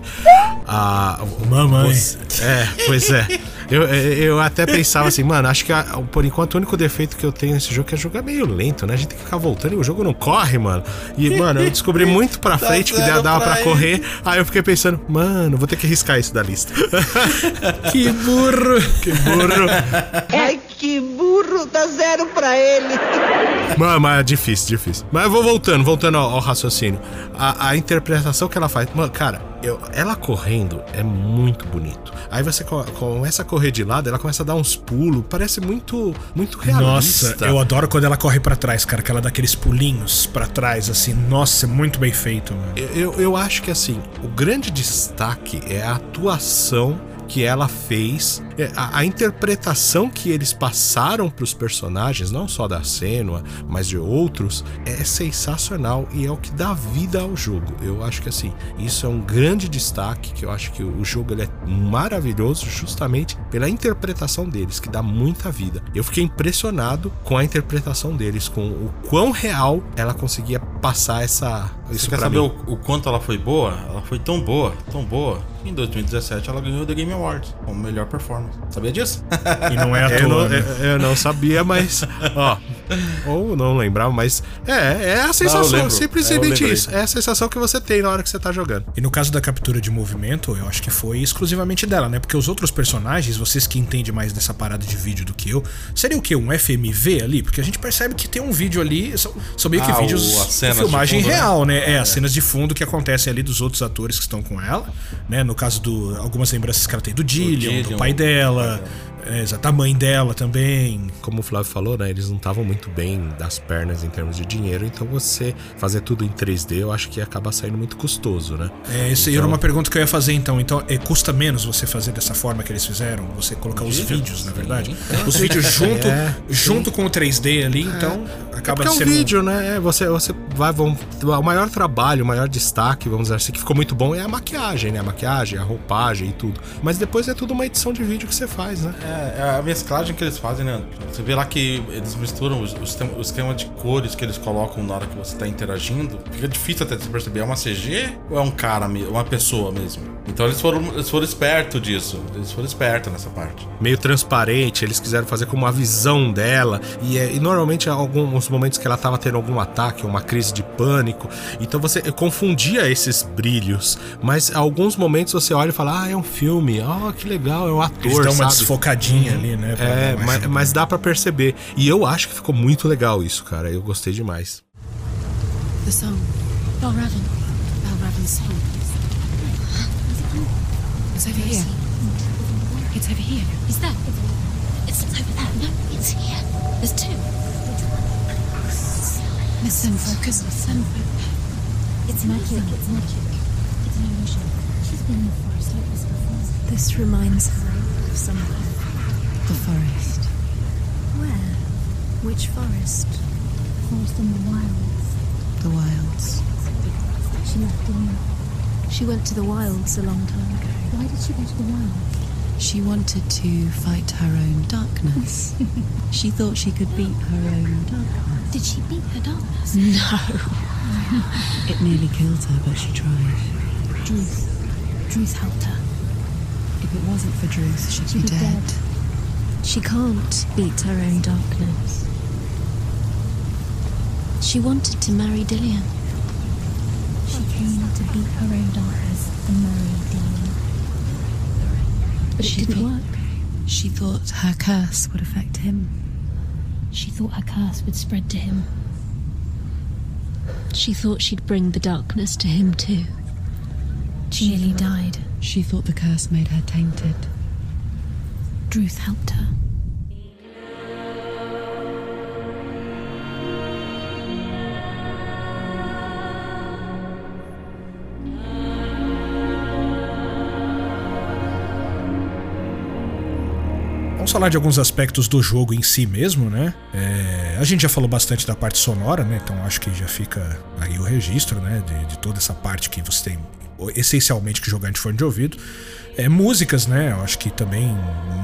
S1: Mamãe.
S3: Pois é. Eu até pensava assim, mano, acho que por enquanto o único defeito que eu tenho nesse jogo é que o jogo é meio lento, né? A gente tem que ficar voltando e o jogo não corre, mano. E, mano, eu descobri muito pra frente que dava pra correr. Aí eu fiquei pensando, mano, vou ter que riscar isso da lista.
S1: Que burro!
S3: Que burro!
S7: Ai, que burro! Dá 0 pra ele!
S3: Mano, mas é difícil. Mas eu vou voltando ao raciocínio. A interpretação que ela faz, mano, cara, ela correndo é muito bonito. Aí você começa a correr de lado, ela começa a dar uns pulos, parece muito realista.
S1: Nossa, eu adoro quando ela corre pra trás, cara, que ela dá aqueles pulinhos pra trás, assim. Nossa, é muito bem feito, mano.
S3: Eu acho que, assim, o grande destaque é a atuação que ela fez, a interpretação que eles passaram pros personagens, não só da Senua, mas de outros, é sensacional e é o que dá vida ao jogo. Eu acho que, assim, isso é um grande destaque, que eu acho que o jogo ele é maravilhoso justamente pela interpretação deles, que dá muita vida. Eu fiquei impressionado com a interpretação deles, com o quão real ela conseguia passar isso
S2: Você quer saber o quanto ela foi boa? Ela foi tão boa, em 2017 ela ganhou o The Game Awards como melhor performance. Sabia disso?
S1: E não é à toa, né?
S3: Eu não sabia, mas ou não lembrava, mas é a sensação, simplesmente isso. É a sensação que você tem na hora que você tá jogando.
S1: E no caso da captura de movimento, eu acho que foi exclusivamente dela, né? Porque os outros personagens, vocês que entendem mais dessa parada de vídeo do que eu, seria o quê? Um FMV ali? Porque a gente percebe que tem um vídeo ali, são meio que vídeos de filmagem de fundo, real, né? As cenas de fundo que acontecem ali dos outros atores que estão com ela, né? No caso algumas lembranças que ela tem do Dillion, do pai dela, da mãe dela também.
S3: Como o Flávio falou, né? Eles não estavam muito bem das pernas em termos de dinheiro, então você fazer tudo em 3D, eu acho que acaba saindo muito custoso, né?
S1: Isso aí era uma pergunta que eu ia fazer, então. Então, custa menos você fazer dessa forma que eles fizeram? Você colocar os vídeos, na verdade? Os vídeos junto com o 3D ali, então acaba
S3: sendo... É um vídeo, né? Você vai... O maior trabalho, o maior destaque, vamos dizer assim, que ficou muito bom é a maquiagem, né? A maquiagem, a roupagem e tudo. Mas depois é tudo uma edição de vídeo que você faz, né?
S2: É a mesclagem que eles fazem, né? Você vê lá que eles misturam o esquema de cores que eles colocam na hora que você tá interagindo. Fica difícil até de perceber, é uma CG ou é um cara, uma pessoa mesmo? Então eles foram espertos disso. Eles foram espertos nessa parte.
S3: Meio transparente, eles quiseram fazer como uma visão dela. E normalmente, alguns momentos que ela tava tendo algum ataque, uma crise de pânico. Então você confundia esses brilhos. Mas alguns momentos você olha e fala, é um filme, que legal, é um ator,
S1: eles dão uma
S3: sabe?
S1: Desfocadinha ali, né?
S3: Mas dá pra perceber. E eu acho que ficou muito legal isso, cara. Eu gostei demais.
S6: The song. Balravin. Balravin's song. It's over here. It's over here. Is that? It's over there. No, it's here. There's two. Listen, focus, listen. It's magic. It's magic. It's an illusion. She's been in the forest like this before. This reminds her of somewhere. The forest. Where? Which forest? Forest in the wilds. The wilds. She left in. She went to the wilds a long time ago. Why did she go to the wilds? She wanted to fight her own darkness. She thought she could beat her own darkness. Did she beat her darkness? No. It nearly killed her, but she tried. Druth helped her. If it wasn't for Druth, she'd be dead. She can't beat her own darkness. She wanted to marry Dillian. She came to beat her own darkness and marry Dillian. But it didn't work. She thought her curse would affect him. She thought her curse would spread to him. She thought she'd bring the darkness to him too. She nearly died. She thought the curse made her tainted. Druth helped her.
S1: Vamos falar de alguns aspectos do jogo em si mesmo, né? A gente já falou bastante da parte sonora, né? Então acho que já fica aí o registro, né? De toda essa parte que você tem essencialmente que jogar de fone de ouvido. Músicas, né? Eu acho que também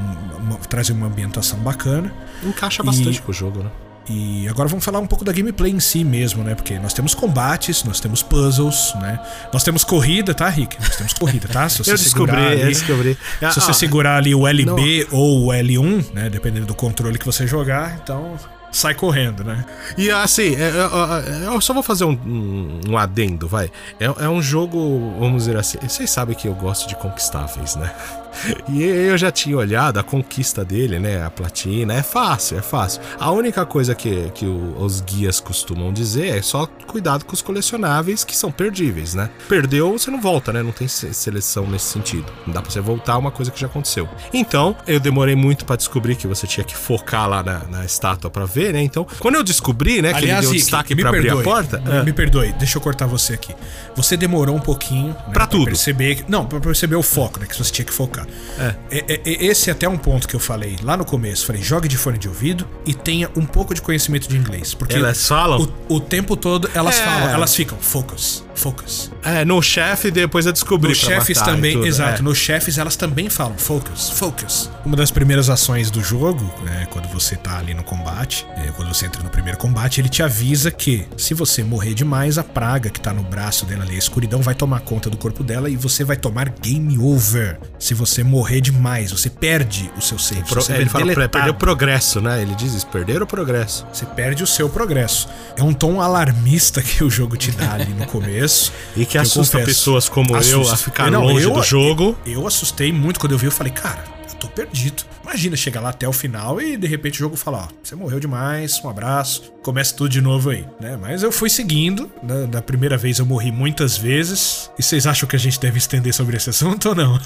S1: trazem uma ambientação bacana.
S3: Encaixa bastante com o jogo, né?
S1: E agora vamos falar um pouco da gameplay em si mesmo, né? Porque nós temos combates, nós temos puzzles, né? Nós temos corrida, tá, Rick? Nós temos corrida, tá? Se você
S3: descobri.
S1: Se você segurar ali o LB ou o L1, né? Dependendo do controle que você jogar, então sai correndo, né?
S3: E assim, eu só vou fazer um adendo, vai. É um jogo, vamos dizer assim, vocês sabem que eu gosto de conquistáveis, né? E eu já tinha olhado a conquista dele, né? A platina, é fácil. A única coisa que os guias costumam dizer é só cuidado com os colecionáveis que são perdíveis, né? Perdeu, você não volta, né? Não tem seleção nesse sentido. Não dá pra você voltar uma coisa que já aconteceu. Então, eu demorei muito pra descobrir que você tinha que focar lá na estátua pra ver, né? Então, quando eu descobri, né, que ele deu destaque pra abrir a porta...
S1: Me perdoe, deixa eu cortar você aqui. Você demorou um pouquinho, né,
S3: pra tudo.
S1: Pra perceber o foco, né? Que você tinha que focar. Esse é até um ponto que eu falei lá no começo. Falei, jogue de fone de ouvido e tenha um pouco de conhecimento de inglês. Porque
S3: elas falam?
S1: O tempo todo elas falam, elas ficam focus.
S3: No chefe depois eu descobri.
S1: Nos chefes também, exato. Nos chefes elas também falam focus. Uma das primeiras ações do jogo, né, quando você tá ali no combate, quando você entra no primeiro combate, ele te avisa que se você morrer demais, a praga que tá no braço dela ali, a escuridão, vai tomar conta do corpo dela e você vai tomar game over. Se você morrer demais, você perde o seu save.
S3: Ele fala perder o progresso, né? Ele diz isso, perder o progresso.
S1: Você perde o seu progresso. É um tom alarmista que o jogo te dá ali no começo.
S3: E que assusta pessoas como eu a ficar longe do jogo.
S1: Eu assustei muito quando eu vi, eu falei, cara, eu tô perdido. Imagina chegar lá até o final e de repente o jogo fala, você morreu demais, um abraço, começa tudo de novo aí, né? Mas eu fui seguindo, da primeira vez eu morri muitas vezes. E vocês acham que a gente deve estender sobre esse assunto ou não?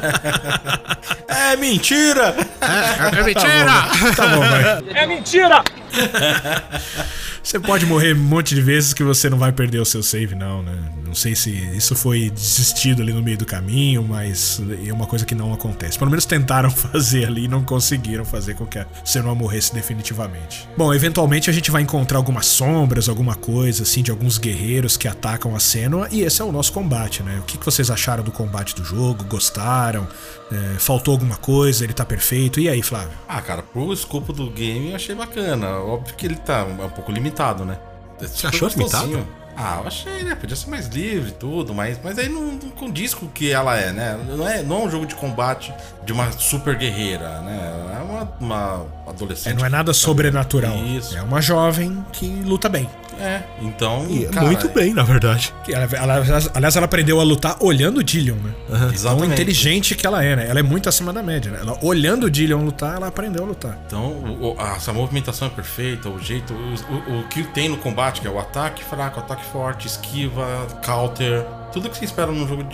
S2: É mentira!
S3: É mentira!
S1: Tá bom, vai.
S4: É mentira!
S1: Você pode morrer um monte de vezes que você não vai perder o seu save, não, né? Não sei se isso foi desistido ali no meio do caminho, mas é uma coisa que não acontece. Pelo menos tentaram fazer ali e não conseguiram fazer com que a Senua morresse definitivamente. Bom, eventualmente a gente vai encontrar algumas sombras, alguma coisa assim, de alguns guerreiros que atacam a Senua, e esse é o nosso combate, né? O que vocês acharam do combate do jogo? Gostaram? Faltou alguma coisa? Ele tá perfeito? E aí, Flávio?
S2: Ah, cara, pro escopo do game eu achei bacana. Óbvio que ele tá um pouco limitado, né?
S3: Você achou limitado?
S2: Ah, eu achei, né? Podia ser mais livre e tudo, mas aí não condiz com o que ela é, né? Não é um jogo de combate de uma super guerreira, né? É uma adolescente.
S1: Não é nada sobrenatural.
S2: Isso.
S1: É uma jovem que luta bem.
S2: Então.
S3: Cara, muito bem, na verdade.
S1: Aliás, ela aprendeu a lutar olhando o Dillion, né?
S2: Exatamente.
S1: Tão inteligente que ela é, né? Ela é muito acima da média, né? Ela, olhando o Dillion lutar, ela aprendeu a lutar.
S2: Então, essa movimentação é perfeita, o jeito. O que tem no combate, que é o ataque fraco, ataque forte, esquiva, counter. Tudo que você espera num jogo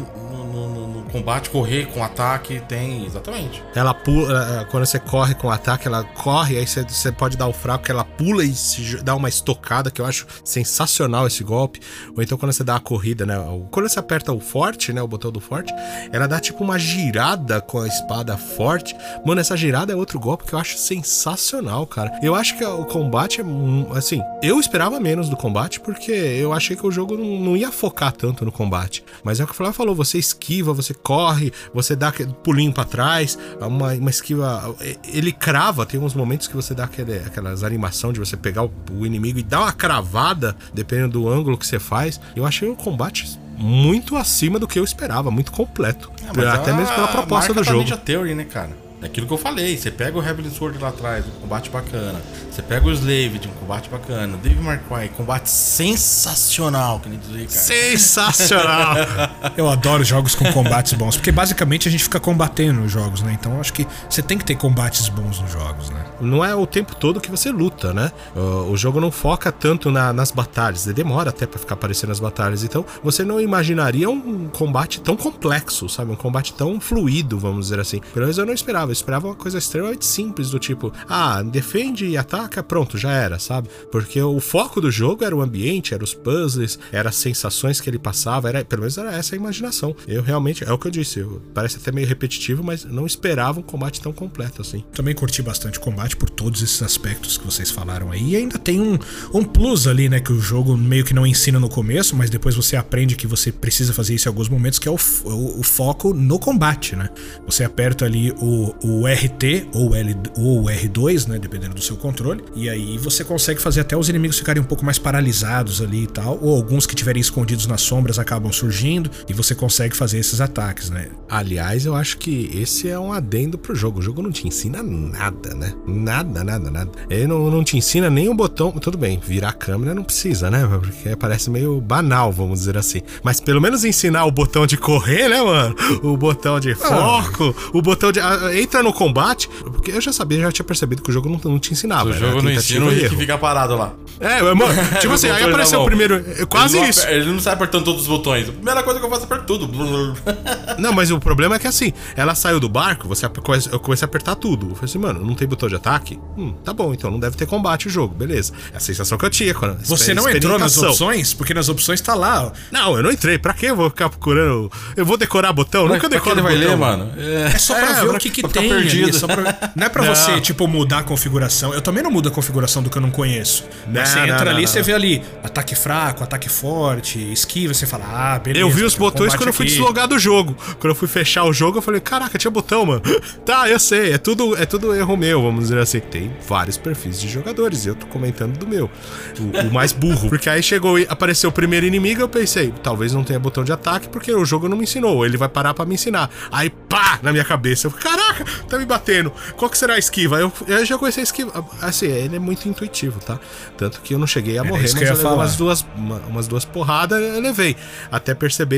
S2: no combate, correr com ataque, tem, exatamente.
S3: Ela pula, quando você corre com o ataque, ela corre, aí você pode dar o fraco, que ela pula e dá uma estocada, que eu acho sensacional esse golpe. Ou então quando você dá a corrida, né? Quando você aperta o forte, né? O botão do forte, ela dá tipo uma girada com a espada forte. Mano, essa girada é outro golpe que eu acho sensacional, cara. Eu acho que o combate é, assim, eu esperava menos do combate, porque eu achei que o jogo não ia focar tanto no combate. Mas é o que o Flávio falou, você esquiva, você corre, você dá aquele pulinho pra trás, uma esquiva. Ele crava, tem uns momentos que você dá aquelas animação de você pegar o inimigo e dar uma cravada, dependendo do ângulo que você faz. Eu achei o combate muito acima do que eu esperava, muito completo. Até mesmo pela proposta do jogo.
S2: Ninja Theory, né, cara? É aquilo que eu falei, você pega o Heavenly Sword lá atrás, um combate bacana. Você pega o Slave de um combate bacana. Devil May Cry, combate sensacional, que nem dizer, cara.
S3: Sensacional!
S1: Eu adoro jogos com combates bons, porque basicamente a gente fica combatendo os jogos, né? Então eu acho que você tem que ter combates bons nos jogos, né?
S3: Não é o tempo todo que você luta, né? O jogo não foca tanto nas batalhas, demora até pra ficar aparecendo as batalhas. Então você não imaginaria um combate tão complexo, sabe? Um combate tão fluido, vamos dizer assim. Pelo menos eu não esperava. Eu esperava uma coisa extremamente simples, do tipo, defende e ataca, pronto, já era, sabe? Porque o foco do jogo era o ambiente, era os puzzles, era as sensações que ele passava, pelo menos era essa a imaginação. Eu realmente, é o que eu disse, parece até meio repetitivo, mas não esperava um combate tão completo assim.
S1: Também curti bastante o combate por todos esses aspectos que vocês falaram aí. E ainda tem um plus ali, né, que o jogo meio que não ensina no começo, mas depois você aprende que você precisa fazer isso em alguns momentos, que é o foco no combate, né? Você aperta ali o RT ou o R2, né, dependendo do seu controle, e aí você consegue fazer até os inimigos ficarem um pouco mais paralisados ali e tal, ou alguns que estiverem escondidos nas sombras acabam surgindo e você consegue fazer esses ataques, né?
S3: Aliás, eu acho que esse é um adendo pro jogo. O jogo não te ensina nada, né? Nada. Ele não te ensina nem o botão. Tudo bem, virar a câmera não precisa, né? Porque parece meio banal, vamos dizer assim. Mas pelo menos ensinar o botão de correr, né, mano? O botão de foco, o botão de... Entra no combate, porque eu já tinha percebido que o jogo não te ensinava.
S2: O jogo não ensina, o Rick fica parado lá.
S3: Mano, tipo assim, aí apareceu o primeiro... Quase isso.
S2: Ele não sai apertando todos os botões. A primeira coisa que eu faço é apertar tudo.
S3: Não, mas o problema é que assim, ela saiu do barco, eu comecei a apertar tudo. Eu falei assim, mano, não tem botão de ataque? Tá bom, então não deve ter combate o jogo, beleza. É a sensação que eu tinha quando...
S1: Você não entrou nas opções? Porque nas opções tá lá, ó.
S3: Não, eu não entrei. Pra que eu vou ficar procurando? Eu vou decorar botão? Nunca decoro
S2: botão. Vai ler, mano.
S1: É só pra ver o que tem ali. Não é pra você, tipo, mudar a configuração. Eu também não mudo a configuração do que eu não conheço. Você entra ali, você vê ali ataque fraco, ataque forte, esquiva, você fala, beleza.
S3: Eu vi os botões quando eu fui deslogar do jogo. Quando eu fui fechar o jogo, eu falei, caraca, tinha botão, mano. Tá, eu sei, é tudo erro meu, vamos dizer assim. Tem vários perfis de jogadores, e eu tô comentando do meu. O mais burro. Porque aí apareceu o primeiro inimigo, eu pensei, talvez não tenha botão de ataque, porque o jogo não me ensinou, ele vai parar pra me ensinar. Aí, pá, na minha cabeça, eu falei, caraca, tá me batendo. Qual que será a esquiva? Eu já conheci a esquiva. Assim, ele é muito intuitivo, tá? Tanto que eu não cheguei a morrer, mas eu levei umas duas porradas, eu levei. Até perceber que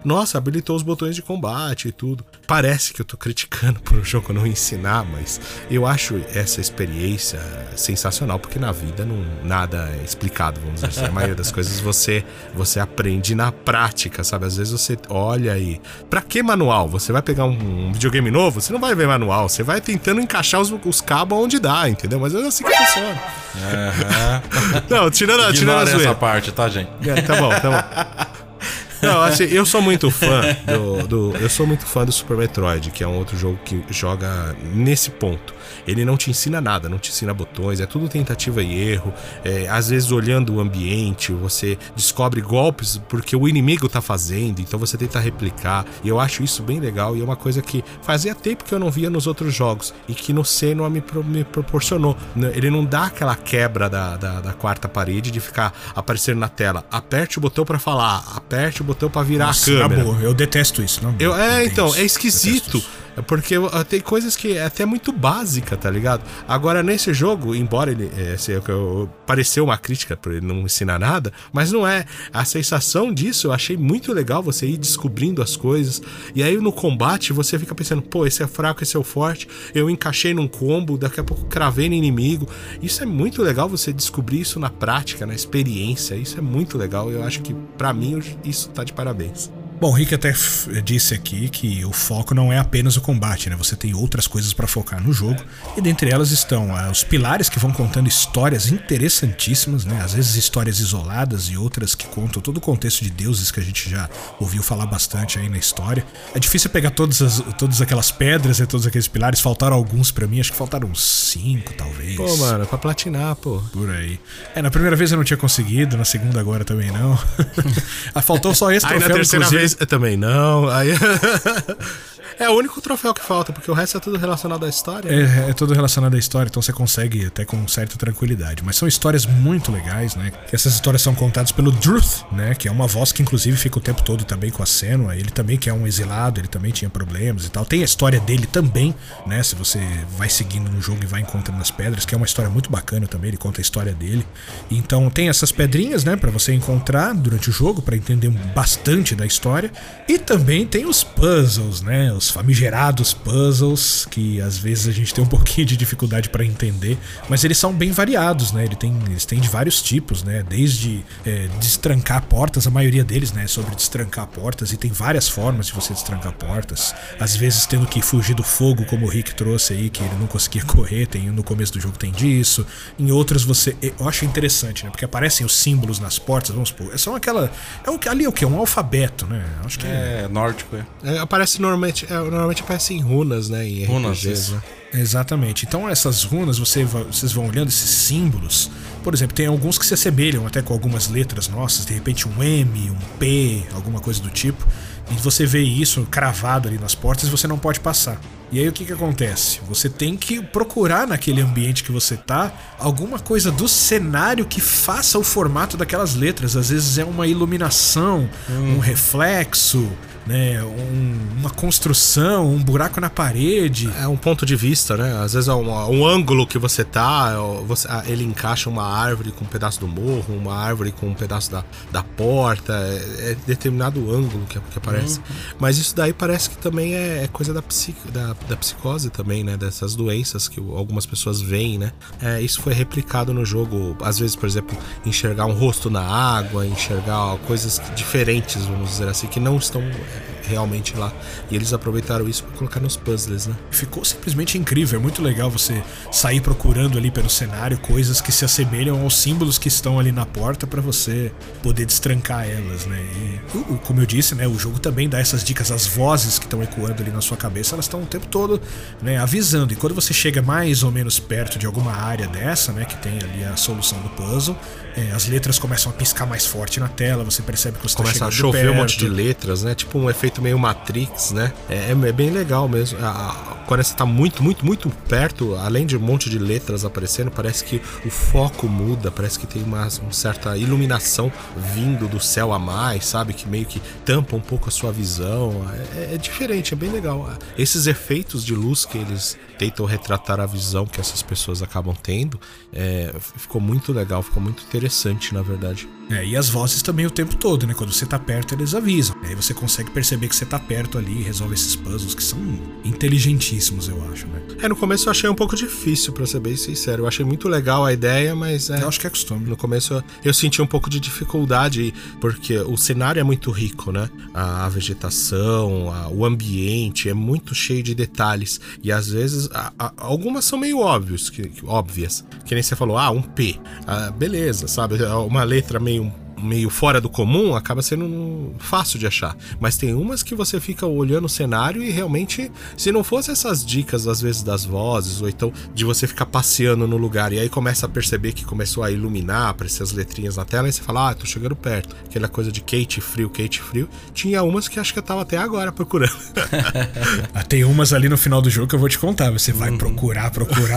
S3: nossa, habilitou os botões de combate e tudo. Parece que eu tô criticando por o jogo não ensinar, mas eu acho essa experiência sensacional, porque na vida nada é explicado, vamos dizer assim. A maioria das coisas você aprende na prática, sabe? Às vezes você olha e... Pra que manual? Você vai pegar um videogame novo, você não vai ver manual, você vai tentando encaixar os cabos onde dá, entendeu? Mas é assim que funciona. Não, tirando a zoeira.
S2: Essa parte, tá, gente?
S3: Tá bom. Não, assim, eu sou muito fã do Super Metroid, que é um outro jogo que joga nesse ponto. Ele não te ensina nada, não te ensina botões, é tudo tentativa e erro. Às vezes, olhando o ambiente, você descobre golpes porque o inimigo tá fazendo, então você tenta replicar. E eu acho isso bem legal, e é uma coisa que fazia tempo que eu não via nos outros jogos, e que no Senua me proporcionou. Ele não dá aquela quebra da quarta parede de ficar aparecendo na tela. Aperte o botão pra falar, aperte o botão pra virar a câmera.
S1: Boa, eu detesto isso.
S3: Então, é esquisito. Porque tem coisas que é até muito básica, tá ligado? Agora, nesse jogo, embora ele pareceu uma crítica por ele não ensinar nada, mas não é. A sensação disso eu achei muito legal, você ir descobrindo as coisas. E aí no combate você fica pensando, pô, esse é fraco, esse é o forte. Eu encaixei num combo, daqui a pouco cravei no inimigo. Isso é muito legal, você descobrir isso na prática, na experiência. Isso é muito legal. Eu acho que pra mim isso tá de parabéns.
S1: Bom, o Rick até disse aqui que o foco não é apenas o combate, né? Você tem outras coisas pra focar no jogo, e dentre elas estão os pilares que vão contando histórias interessantíssimas, né? Às vezes histórias isoladas e outras que contam todo o contexto de deuses que a gente já ouviu falar bastante aí na história. É difícil pegar todas aquelas pedras e todos aqueles pilares, faltaram alguns pra mim, acho que faltaram uns 5 talvez.
S3: Pô, mano, pra platinar, pô.
S1: Por aí. Na primeira vez eu não tinha conseguido, na segunda agora também não. Faltou só esse troféu,
S3: na terceira
S1: inclusive.
S3: vez eu também não. Aí... É o único troféu que falta, porque o resto é tudo relacionado à história.
S1: É tudo relacionado à história, então você consegue até com certa tranquilidade. Mas são histórias muito legais, né? Essas histórias são contadas pelo Druth, né? Que é uma voz que inclusive fica o tempo todo também com a Senua. Ele também que é um exilado, ele também tinha problemas e tal. Tem a história dele também, né? Se você vai seguindo no jogo e vai encontrando as pedras, que é uma história muito bacana também, ele conta a história dele. Então tem essas pedrinhas, né? Pra você encontrar durante o jogo, pra entender bastante da história. E também tem os puzzles, né? Os famigerados puzzles, que às vezes a gente tem um pouquinho de dificuldade para entender, mas eles são bem variados, né? Eles têm de vários tipos, né? Desde destrancar portas, a maioria deles, né? É sobre destrancar portas, e tem várias formas de você destrancar portas. Às vezes tendo que fugir do fogo, como o Rick trouxe aí, que ele não conseguia correr, no começo do jogo tem disso. Em outras eu acho interessante, né? Porque aparecem os símbolos nas portas, vamos supor. Ali é o que? Um alfabeto, né? Acho que
S2: é nórdico,
S3: aparece normalmente aparecem runas, né? Em
S2: runas,
S3: RPGs, né?
S1: Exatamente. Então essas runas, vocês vão olhando esses símbolos. Por exemplo, tem alguns que se assemelham até com algumas letras nossas, de repente um M, um P, alguma coisa do tipo. E você vê isso cravado ali nas portas e você não pode passar. E aí o que acontece? Você tem que procurar naquele ambiente que você tá alguma coisa do cenário que faça o formato daquelas letras. Às vezes é uma iluminação, um reflexo, né, uma construção, um buraco na parede.
S3: É um ponto de vista, né? Às vezes é um ângulo que você tá, ele encaixa uma árvore com um pedaço do morro, uma árvore com um pedaço da porta, é determinado ângulo que aparece. Mas isso daí parece que também é coisa da psicose também, né? Dessas doenças que algumas pessoas veem, né? Isso foi replicado no jogo, às vezes, por exemplo, enxergar um rosto na água, enxergar coisas diferentes, vamos dizer assim, que não estão realmente lá. E eles aproveitaram isso para colocar nos puzzles, né?
S1: Ficou simplesmente incrível. É muito legal você sair procurando ali pelo cenário coisas que se assemelham aos símbolos que estão ali na porta para você poder destrancar elas, né? E, como eu disse, né, o jogo também dá essas dicas, as vozes que estão ecoando ali na sua cabeça, elas estão o tempo todo, né, avisando. E quando você chega mais ou menos perto de alguma área dessa, né, que tem ali a solução do puzzle, as letras começam a piscar mais forte na tela, você percebe que você
S3: começa a chover perto. Um monte de letras, né? Tipo um efeito meio Matrix, né? É bem legal mesmo. Quando você tá muito, muito, muito perto, além de um monte de letras aparecendo, parece que o foco muda, parece que tem uma certa iluminação vindo do céu a mais, sabe? Que meio que tampa um pouco a sua visão. É diferente, é bem legal. Esses efeitos de luz que eles tentam retratar a visão que essas pessoas acabam tendo. Ficou muito legal, ficou muito interessante, na verdade.
S1: E as vozes também o tempo todo, né? Quando você tá perto, eles avisam. Aí você consegue perceber que você tá perto ali e resolve esses puzzles que são inteligentíssimos, eu acho, né?
S3: No começo eu achei um pouco difícil, pra ser bem sincero. Eu achei muito legal a ideia, mas...
S1: Eu acho que é costume.
S3: No começo eu senti um pouco de dificuldade, porque o cenário é muito rico, né? A vegetação, o ambiente é muito cheio de detalhes. E às vezes, algumas são meio óbvias. Que nem você falou, um P. Beleza, sabe? Uma letra meio fora do comum, acaba sendo fácil de achar. Mas tem umas que você fica olhando o cenário e realmente, se não fosse essas dicas, às vezes, das vozes, ou então de você ficar passeando no lugar, e aí começa a perceber que começou a iluminar, aparecer as letrinhas na tela, e você fala, tô chegando perto. Aquela coisa de Kate Frio. Tinha umas que acho que eu tava até agora procurando.
S1: Tem umas ali no final do jogo que eu vou te contar. Você vai procurar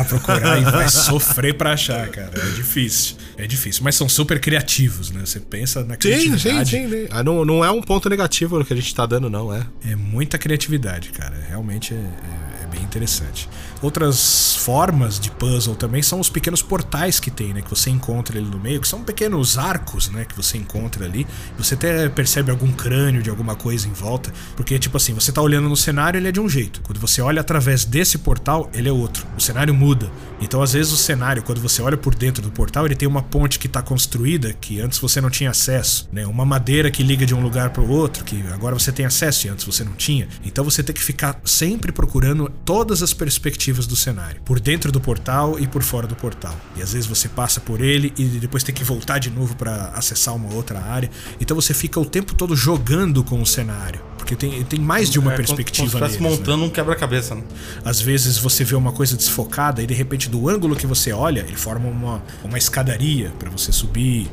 S1: e vai sofrer pra achar, cara. É difícil. Mas são super criativos, né? Você pensa na criatividade.
S3: Sim. Não é um ponto negativo no que a gente tá dando, não,
S1: É muita criatividade, cara. Realmente é bem interessante. Outras formas de puzzle também são os pequenos portais que tem, né? Que você encontra ali no meio, que são pequenos arcos, né? Que você encontra ali. Você até percebe algum crânio de alguma coisa em volta. Porque, tipo assim, você tá olhando no cenário, ele é de um jeito. Quando você olha através desse portal, ele é outro. O cenário muda. Então, às vezes, o cenário, quando você olha por dentro do portal, ele tem uma ponte que tá construída que antes você não tinha acesso, né? Uma madeira que liga de um lugar pro outro, que agora você tem acesso e antes você não tinha. Então, você tem que ficar sempre procurando todas as perspectivas do cenário, por dentro do portal e por fora do portal. E às vezes você passa por ele e depois tem que voltar de novo para acessar uma outra área. Então você fica o tempo todo jogando com o cenário, porque tem mais de uma perspectiva.
S2: Como se estivesse montando, né? Um quebra-cabeça, né?
S1: Às vezes você vê uma coisa desfocada e de repente do ângulo que você olha, ele forma uma escadaria para você subir.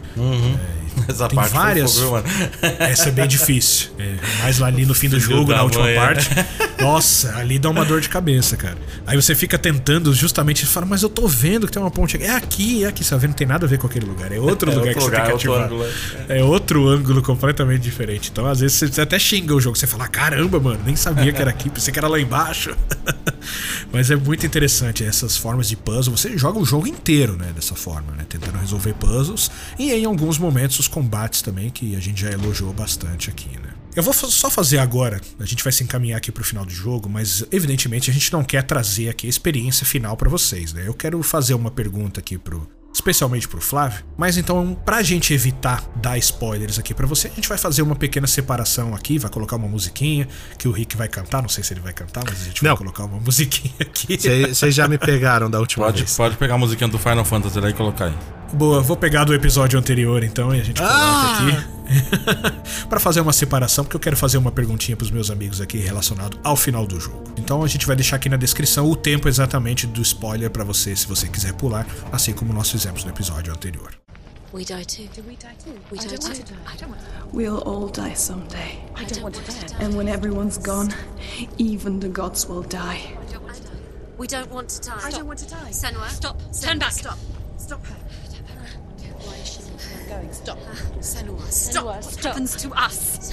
S2: Essa
S1: tem
S2: parte
S1: várias. Essa é bem difícil. Mas lá ali no fim do jogo, na última parte, nossa, ali dá uma dor de cabeça, cara. Aí você fica tentando justamente falar, mas eu tô vendo que tem uma ponte aqui. É aqui. Você tá vendo? Não tem nada a ver com aquele lugar. É outro lugar que você tem que ativar. É outro ângulo completamente diferente. Então, às vezes, você até xinga o jogo. Você fala, caramba, mano, nem sabia que era aqui, pensei que era lá embaixo. Mas é muito interessante essas formas de puzzle. Você joga o jogo inteiro, né, dessa forma, né, tentando resolver puzzles. E em alguns momentos os combates também, que a gente já elogiou bastante aqui, né. Eu vou só fazer agora, a gente vai se encaminhar aqui pro final do jogo, mas evidentemente a gente não quer trazer aqui a experiência final pra vocês, né. Eu quero fazer uma pergunta aqui especialmente pro Flávio, mas então pra gente evitar dar spoilers aqui pra você, a gente vai fazer uma pequena separação aqui, vai colocar uma musiquinha que o Rick vai cantar, não sei se ele vai cantar, mas a gente vai colocar uma musiquinha aqui.
S3: Vocês já me pegaram da última vez.
S2: Pode pegar a musiquinha do Final Fantasy lá e colocar aí.
S1: Boa, vou pegar do episódio anterior então e a gente coloca aqui pra fazer uma separação, porque eu quero fazer uma perguntinha pros meus amigos aqui relacionado ao final do jogo. Então a gente vai deixar aqui na descrição o tempo exatamente do spoiler pra você, se você quiser pular, assim como nós fizemos no episódio anterior.
S6: We die too. Do we die too? We die too. I don't want to.
S8: We'll all die someday.
S6: I don't want to die.
S8: And when everyone's gone, even the gods will die.
S6: We don't want to die.
S8: I don't want to die.
S6: Senua, stop. Turn back.
S8: Stop. Stop her.
S6: Why is she not
S8: Going. Stop.
S6: Senua, stop. What happens to us?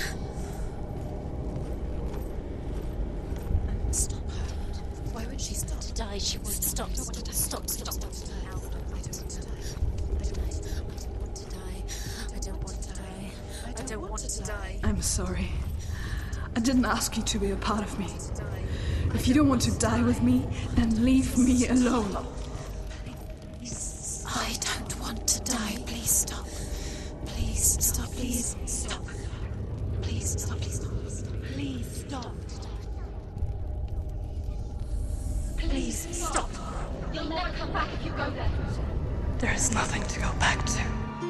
S8: Stop her.
S6: Why would she stop? To die, she won't stop. Stop. I don't want to die.
S8: I'm sorry. I didn't ask you to be a part of me. If you don't want to die with me, then leave me alone.
S6: I don't want to die. Please stop. Please stop. Please stop. Please stop. Please stop. Please stop. Please stop.
S8: You'll never come back if you go there. There is nothing to go back to.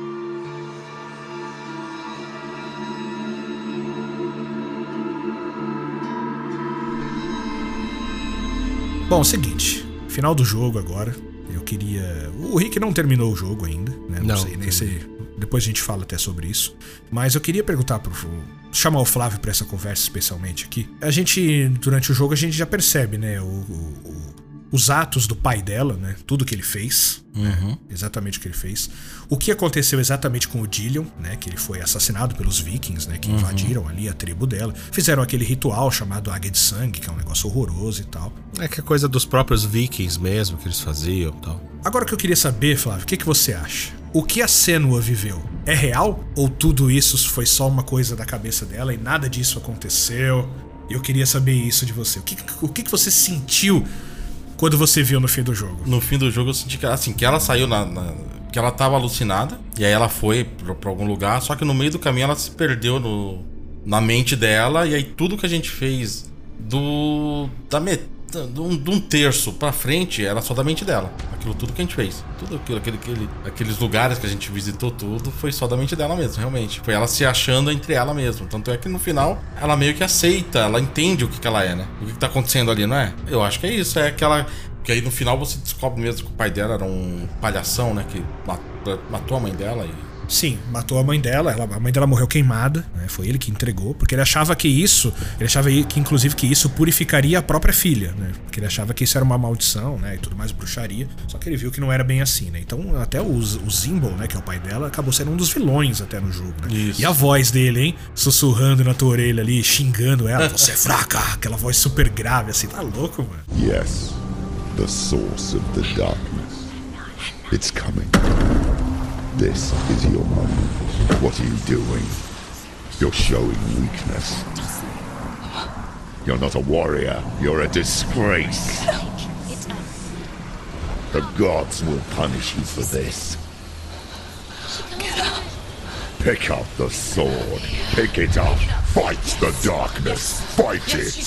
S1: Bom, seguinte, final do jogo agora. Eu queria... O Rick não terminou o jogo ainda, né? Não sei nem se... Depois a gente fala até sobre isso. Mas eu queria perguntar chamar o Flávio pra essa conversa especialmente aqui. A gente, durante o jogo, a gente já percebe, né? O os atos do pai dela, né? Tudo que ele fez. Exatamente o que ele fez. O que aconteceu exatamente com o Dillion, né? Que ele foi assassinado pelos vikings, né? Que invadiram ali a tribo dela. Fizeram aquele ritual chamado Águia de Sangue, que é um negócio horroroso e tal.
S3: É que é coisa dos próprios vikings mesmo, que eles faziam e tal.
S1: Agora o que eu queria saber, Flávio, o que você acha? O que a Senua viveu é real? Ou tudo isso foi só uma coisa da cabeça dela e nada disso aconteceu? Eu queria saber isso de você. O que você sentiu quando você viu no fim do jogo?
S2: No fim do jogo eu senti que, assim, que ela saiu que ela tava alucinada. E aí ela foi pra algum lugar. Só que no meio do caminho ela se perdeu na mente dela. E aí tudo que a gente fez de um terço pra frente era só da mente dela. Aquilo tudo que a gente fez. Tudo aquilo, aqueles lugares que a gente visitou, tudo foi só da mente dela mesmo, realmente. Foi ela se achando entre ela mesma. Tanto é que no final ela meio que aceita, ela entende o que ela é, né? O que tá acontecendo ali, não é? Eu acho que é isso, é aquela. Que aí no final você descobre mesmo que o pai dela era um palhação, né? Que matou a mãe dela e.
S1: Sim, matou a mãe dela, a mãe dela morreu queimada, né? Foi ele que entregou, porque ele achava que inclusive que isso purificaria a própria filha, né? Porque ele achava que isso era uma maldição, né? E tudo mais, bruxaria, só que ele viu que não era bem assim, né? Então até o Zimbal, né? Que é o pai dela, acabou sendo um dos vilões até no jogo, né?
S2: Isso.
S1: E a voz dele, hein? Sussurrando na tua orelha ali, xingando ela, você é fraca, aquela voz super grave, assim, tá louco, mano?
S9: Yes, the source of the darkness. It's coming. This is your moment. What are you doing? You're showing weakness. You're not a warrior. You're a disgrace. The gods will punish you for this. Pick up the sword. Pick it up. Fight the darkness. Fight it.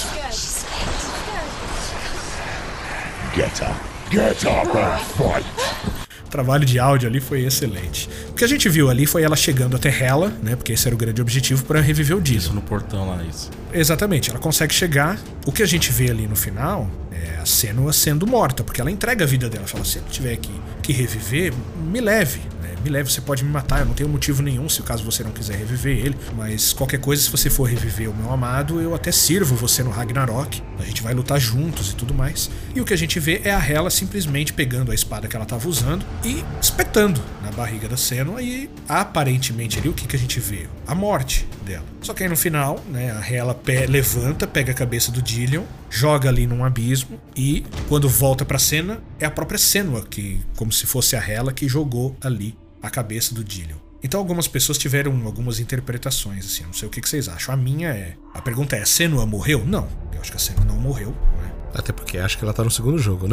S9: Get up. Get up and fight.
S1: O trabalho de áudio ali foi excelente. O que a gente viu ali foi ela chegando até Hela, né? Porque esse era o grande objetivo para reviver o Dillion.
S2: Isso, no portão lá, isso.
S1: Exatamente, ela consegue chegar. O que a gente vê ali no final é a Senua sendo morta, porque ela entrega a vida dela. Fala, se eu tiver que reviver, me leve. Me leve, você pode me matar, eu não tenho motivo nenhum se o caso você não quiser reviver ele, mas qualquer coisa, se você for reviver o meu amado, eu até sirvo você no Ragnarok, a gente vai lutar juntos e tudo mais. E o que a gente vê é a Hela simplesmente pegando a espada que ela estava usando e espetando na barriga da Senua, e aparentemente ali o que a gente vê? A morte dela. Só que aí no final, né, a Hela levanta, pega a cabeça do Dillion, joga ali num abismo, e quando volta pra cena, é a própria Senua, que, como se fosse a Hela, que jogou ali a cabeça do Dillion. Então algumas pessoas tiveram algumas interpretações, assim, não sei o que vocês acham. A pergunta é, a Senua morreu? Não, eu acho que a Senua não morreu, né?
S3: Até porque acho que ela tá no segundo jogo, né?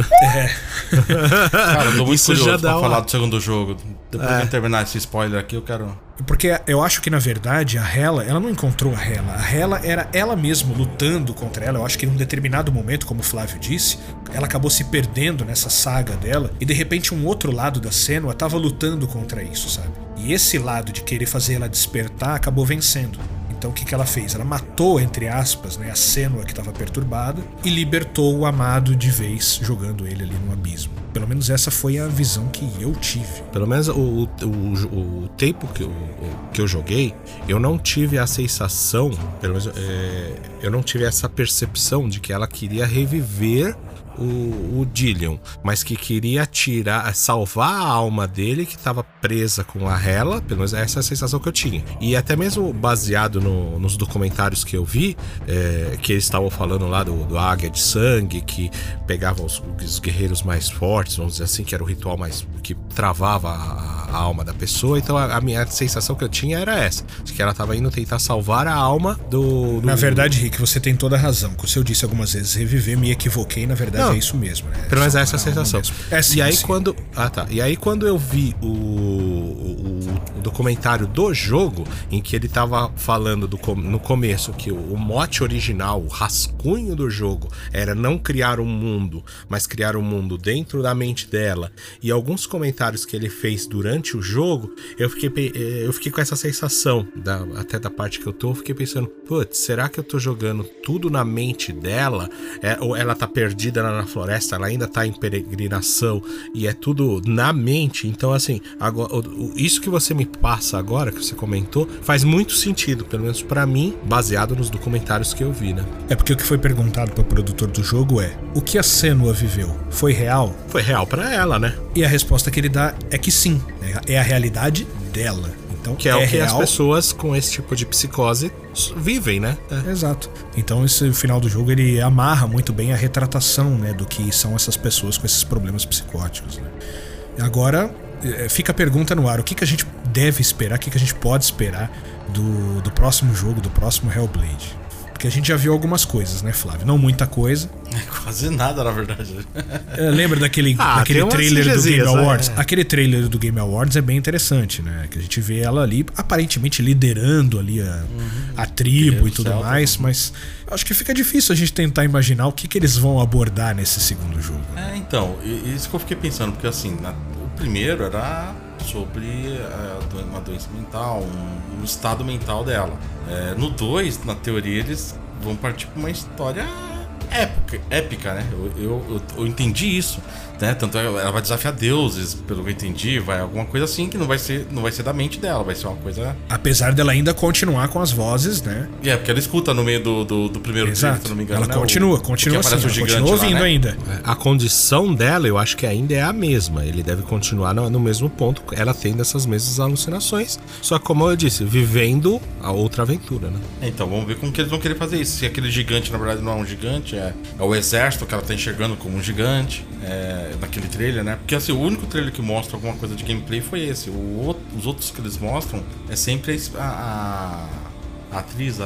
S2: Cara, eu tô muito curioso pra falar do segundo jogo. Depois que eu terminar esse spoiler aqui, eu quero...
S1: Porque eu acho que, na verdade, a Hela, ela não encontrou a Hela. A Hela era ela mesma lutando contra ela. Eu acho que em um determinado momento, como o Flávio disse, ela acabou se perdendo nessa saga dela, e de repente um outro lado da Senua tava lutando contra isso, sabe? E esse lado de querer fazer ela despertar acabou vencendo. Então o que ela fez? Ela matou, entre aspas, né, a Senua que estava perturbada e libertou o amado de vez, jogando ele ali no abismo. Pelo menos essa foi a visão que eu tive.
S3: Pelo menos o tempo que eu joguei, eu não tive a sensação, pelo menos eu não tive essa percepção de que ela queria reviver o Dillion, mas que queria salvar a alma dele, que estava presa com a Hela. Pelo menos essa é a sensação que eu tinha. E até mesmo baseado nos documentários que eu vi, que eles estavam falando lá do Águia de Sangue, que pegava os guerreiros mais fortes, vamos dizer assim, que era o ritual mais que travava a alma da pessoa. Então a minha sensação que eu tinha era essa, de que ela estava indo tentar salvar a alma do...
S1: Na verdade, Rick, você tem toda a razão. Como eu disse algumas vezes, reviver, me equivoquei, na verdade é isso mesmo, né?
S3: Pelo menos essa é a sensação.
S1: Sim,
S3: e aí
S1: sim.
S3: E aí quando eu vi o documentário do jogo, em que ele tava falando no começo que o mote original, o rascunho do jogo, era não criar um mundo, mas criar um mundo dentro da mente dela, e alguns comentários que ele fez durante o jogo, eu fiquei com essa sensação, até da parte que eu fiquei pensando, putz, será que eu tô jogando tudo na mente dela? Ou ela tá perdida na na floresta, ela ainda tá em peregrinação e é tudo na mente. Então, assim, agora, isso que você me passa agora, que você comentou, faz muito sentido, pelo menos pra mim, baseado nos documentários que eu vi, né?
S1: É porque o que foi perguntado pro produtor do jogo é: o que a Senua viveu foi real?
S3: Foi real pra ela, né?
S1: E a resposta que ele dá é que sim, é a realidade dela. Então,
S3: que é o que as pessoas com esse tipo de psicose vivem, né?
S1: Exato. Então esse final do jogo ele amarra muito bem a retratação, né, do que são essas pessoas com esses problemas psicóticos, né? Agora fica a pergunta no ar: o que a gente deve esperar, o que a gente pode esperar do próximo jogo, do próximo Hellblade? Porque a gente já viu algumas coisas, né, Flávio? Não muita coisa.
S2: Quase nada, na verdade.
S1: Lembra daquele trailer do Game Awards? Aquele trailer do Game Awards é bem interessante, né? Que a gente vê ela ali, aparentemente liderando ali a tribo e tudo mais, mas acho que fica difícil a gente tentar imaginar o que eles vão abordar nesse segundo jogo.
S2: Então, isso que eu fiquei pensando, porque assim, o primeiro era sobre uma doença mental, um estado mental dela. No 2, na teoria, eles vão partir para uma história épica, né? Eu entendi isso, né? Tanto ela vai desafiar deuses, pelo que eu entendi, vai alguma coisa assim que não vai ser da mente dela, vai ser uma coisa...
S1: Apesar dela ainda continuar com as vozes, né?
S2: Porque ela escuta no meio do primeiro trailer, se não me engano.
S1: Ela continua assim, ela continua ouvindo ainda.
S3: A condição dela, eu acho que ainda é a mesma. Ele deve continuar no mesmo ponto, ela tendo essas mesmas alucinações, só que, como eu disse, vivendo a outra aventura, né?
S2: Então, vamos ver como que eles vão querer fazer isso. Se aquele gigante, na verdade, não é um gigante, é o exército que ela tá enxergando como um gigante, naquele trailer, né? Porque assim, o único trailer que mostra alguma coisa de gameplay foi esse. Os outros que eles mostram é sempre a atriz,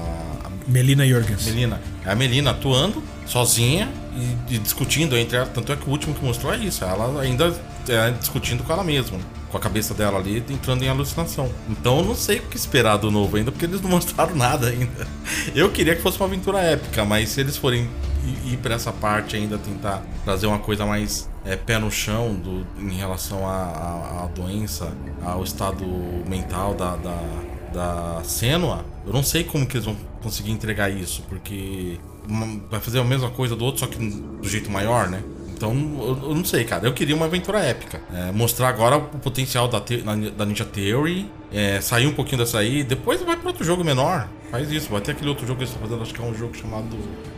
S1: Melina Jorgensen.
S2: É a Melina atuando sozinha e discutindo entre ela. Tanto é que o último que mostrou é isso. Ela ainda discutindo com ela mesma, com a cabeça dela ali, entrando em alucinação. Então eu não sei o que esperar do novo ainda, porque eles não mostraram nada ainda. Eu queria que fosse uma aventura épica, mas se eles forem ir pra essa parte ainda, tentar trazer uma coisa mais pé no chão em relação à doença, ao estado mental da Senua, eu não sei como que eles vão conseguir entregar isso, porque vai fazer a mesma coisa do outro, só que do jeito maior, né? Então, eu não sei, cara. Eu queria uma aventura épica. Mostrar agora o potencial da Ninja Theory, sair um pouquinho dessa aí, depois vai pra outro jogo menor. Faz isso, vai ter aquele outro jogo que eles estão fazendo, acho que é um jogo chamado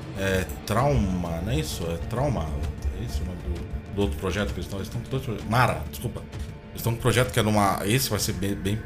S2: Trauma, não é isso? Trauma. É isso o nome do outro projeto que eles estão Mara, desculpa. Eles estão com um projeto que esse vai ser bem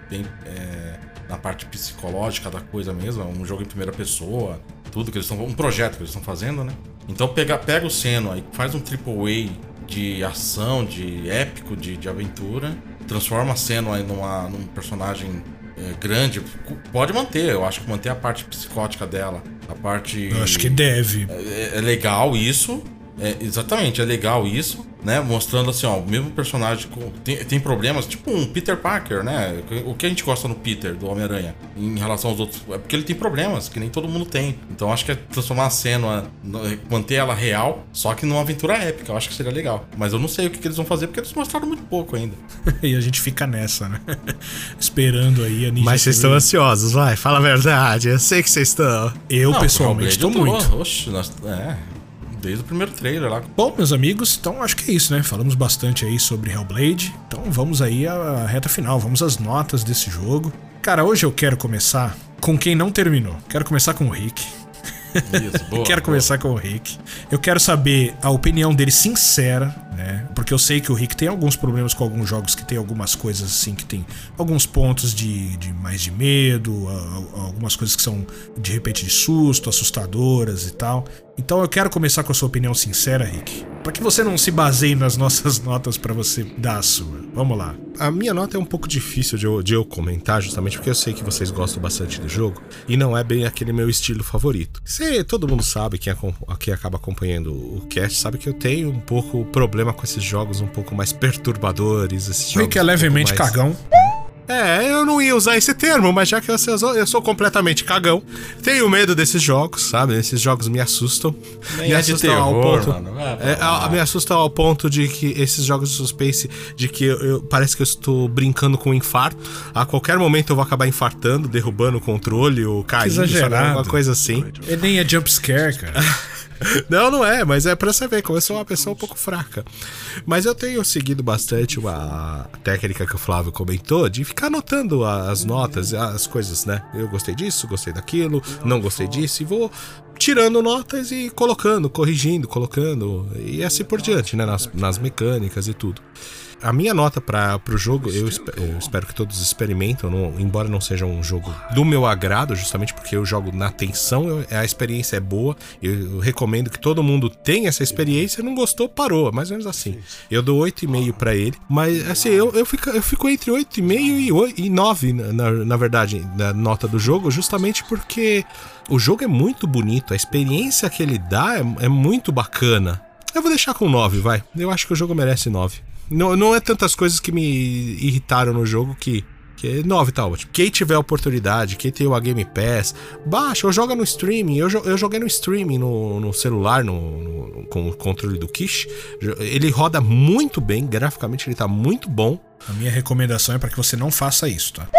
S2: na parte psicológica da coisa mesmo. É um jogo em primeira pessoa, tudo que eles estão... Um projeto que eles estão fazendo, né? Então pega o Senua e faz um AAA de ação, de épico, de aventura. Transforma a Senua num personagem grande. Pode manter, eu acho que manter a parte psicótica dela. A parte...
S1: Eu acho que deve.
S2: É legal isso. Exatamente, é legal isso, né? Mostrando assim, ó, o mesmo personagem tem problemas, tipo um Peter Parker, né? O que a gente gosta no Peter, do Homem-Aranha, em relação aos outros, é porque ele tem problemas que nem todo mundo tem. Então acho que transformar a cena, manter ela real, só que numa aventura épica, eu acho que seria legal. Mas eu não sei o que eles vão fazer, porque eles mostraram muito pouco ainda.
S1: E a gente fica nessa, né? Esperando aí a Ninja.
S3: Mas vocês estão ansiosos, vai, fala a verdade, eu sei que vocês estão.
S1: Eu, pessoalmente, estou muito.
S2: Oxe, desde o primeiro trailer lá.
S1: Bom, meus amigos, então acho que é isso, né? Falamos bastante aí sobre Hellblade. Então vamos aí à reta final, vamos às notas desse jogo. Cara, hoje eu quero começar com quem não terminou. Quero começar com o Rick.
S2: Isso, boa.
S1: Quero começar com o Rick. Eu quero saber a opinião dele sincera, né? Porque eu sei que o Rick tem alguns problemas com alguns jogos que tem algumas coisas assim, que tem alguns pontos de mais de medo, algumas coisas que são de repente de susto, assustadoras e tal. Então eu quero começar com a sua opinião sincera, Rick, para que você não se baseie nas nossas notas para você dar a sua. Vamos lá.
S3: A minha nota é um pouco difícil de eu comentar, justamente porque eu sei que vocês gostam bastante do jogo e não é bem aquele meu estilo favorito. Todo mundo sabe, quem acaba acompanhando o cast, sabe que eu tenho um pouco problema com esses jogos um pouco mais perturbadores.
S1: O Rick é levemente cagão.
S3: Eu não ia usar esse termo, mas já que eu sou completamente cagão, tenho medo desses jogos, sabe? Esses jogos me assustam. Me assustam ao ponto. Me assustam ao ponto de que esses jogos de suspense, de que parece que eu estou brincando com um infarto. A qualquer momento eu vou acabar infartando, derrubando o controle ou caindo,
S1: exagerado.
S3: Sabe? Alguma coisa assim.
S1: Nem é jumpscare, cara.
S3: Não é, mas é pra você ver como eu sou uma pessoa um pouco fraca. Mas eu tenho seguido bastante a técnica que o Flávio comentou de ficar anotando as notas, as coisas, né? Eu gostei disso, gostei daquilo, não gostei disso, e vou tirando notas e colocando, corrigindo, colocando, e assim por diante, né? Nas mecânicas e tudo. A minha nota pro jogo, eu espero que todos experimentam, embora não seja um jogo do meu agrado, justamente porque eu jogo na tensão, a experiência é boa, eu recomendo que todo mundo tenha essa experiência. Não gostou, parou, mais ou menos assim. Eu dou 8,5 pra ele, mas assim, eu fico entre 8,5 e 9, na verdade, na nota do jogo, justamente porque o jogo é muito bonito, a experiência que ele dá é muito bacana. Eu vou deixar com 9, vai. Eu acho que o jogo merece 9. Não é tantas coisas que me irritaram no jogo que 9 tá ótimo. Quem tiver oportunidade, quem tem o Game Pass, baixa ou joga no streaming. Eu joguei no streaming no celular, com o controle do Kish. Ele roda muito bem, graficamente ele tá muito bom.
S1: A minha recomendação é para que você não faça isso, tá?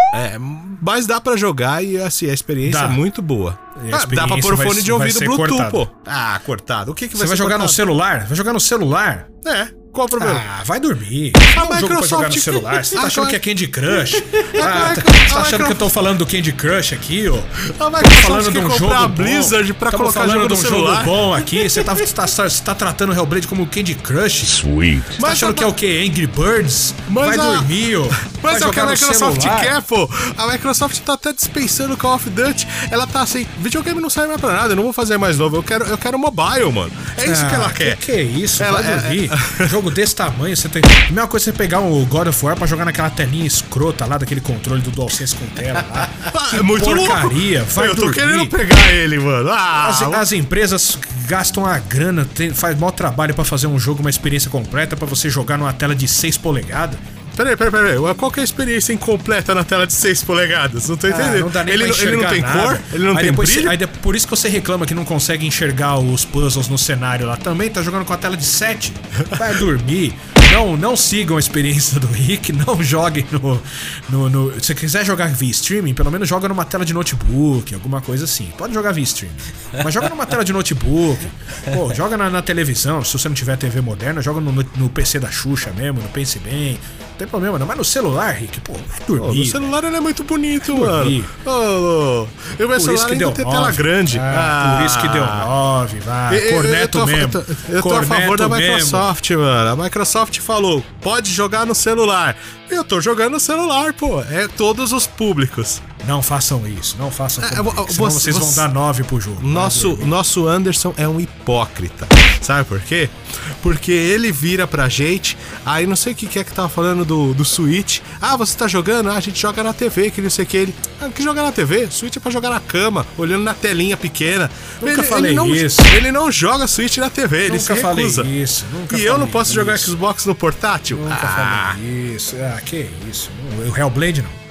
S3: Mas dá pra jogar e assim, a experiência é muito boa. Dá pra pôr o fone de ouvido Bluetooth,
S1: cortado.
S3: Pô. Cortado. O que vai ser?
S1: Você vai jogar no celular? Vai jogar no celular?
S3: Qual o problema?
S1: Vai dormir.
S3: A
S1: Não é um jogo pra jogar no celular. Você tá achando que é Candy Crush? Você tá achando que eu tô falando do Candy Crush aqui, ó?
S3: Tô falando de um jogo bom. Blizzard pra colocar jogo no celular.
S1: Jogo bom aqui. Você tá tratando o Hellblade como Candy Crush?
S9: Sweet.
S1: Você tá achando que é o quê? Angry Birds? Vai dormir, ó.
S3: Mas é o que a Microsoft quer, pô. A Microsoft tá até dispensando o Call of Duty. Ela tá assim, videogame não serve mais pra nada, eu não vou fazer mais novo. Eu quero mobile, mano. É isso que ela quer.
S1: Que é isso? Vai dormir. Jogo desse tamanho, você tem... A mesma coisa é você pegar o God of War pra jogar naquela telinha escrota lá, daquele controle do DualSense com tela lá.
S3: É muito
S1: porcaria.
S3: Louco.
S1: Vai
S3: eu tô
S1: dormir.
S3: querendo pegar ele, mano.
S1: As empresas gastam a grana, faz maior trabalho pra fazer um jogo, uma experiência completa, pra você jogar numa tela de 6 polegadas.
S3: Peraí. Qual que é a experiência incompleta na tela de 6 polegadas? Não tô entendendo.
S1: Não dá nem
S3: ele não tem
S1: nada.
S3: cor? Ele não tem brilho?
S1: Por isso que você reclama que não consegue enxergar os puzzles no cenário lá. Também tá jogando com a tela de 7. Vai dormir. Não sigam a experiência do Rick. Não joguem no... Se você quiser jogar via streaming, pelo menos joga numa tela de notebook, alguma coisa assim. Pode jogar via streaming, mas joga numa tela de notebook. Pô, joga na televisão. Se você não tiver TV moderna, joga no PC da Xuxa mesmo, no Pense Bem. Não tem problema não, mas no celular, Rick, pô, vai dormir.
S3: No celular ele é muito bonito, mano. Eu meu celular ainda tem tela grande.
S1: Por isso que deu 9, vai. Corneto mesmo.
S3: Eu tô a favor da Microsoft, mano. A Microsoft falou, pode jogar no celular. Eu tô jogando no celular, pô. É todos os públicos.
S1: Não façam isso, não façam isso. Senão vocês vão dar 9 pro jogo.
S3: Nosso Anderson é um hipócrita. Sabe por quê? Porque ele vira pra gente, aí não sei o que é que tava falando do Switch. Você tá jogando? A gente joga na TV, que não sei o que. Ele, que joga na TV? Switch é pra jogar na cama, olhando na telinha pequena.
S1: Nunca falei isso.
S3: Ele não joga Switch na TV, ele se recusa.
S1: Nunca
S3: e eu não posso jogar Xbox no portátil?
S1: Nunca falei isso. Que isso. O Hellblade não.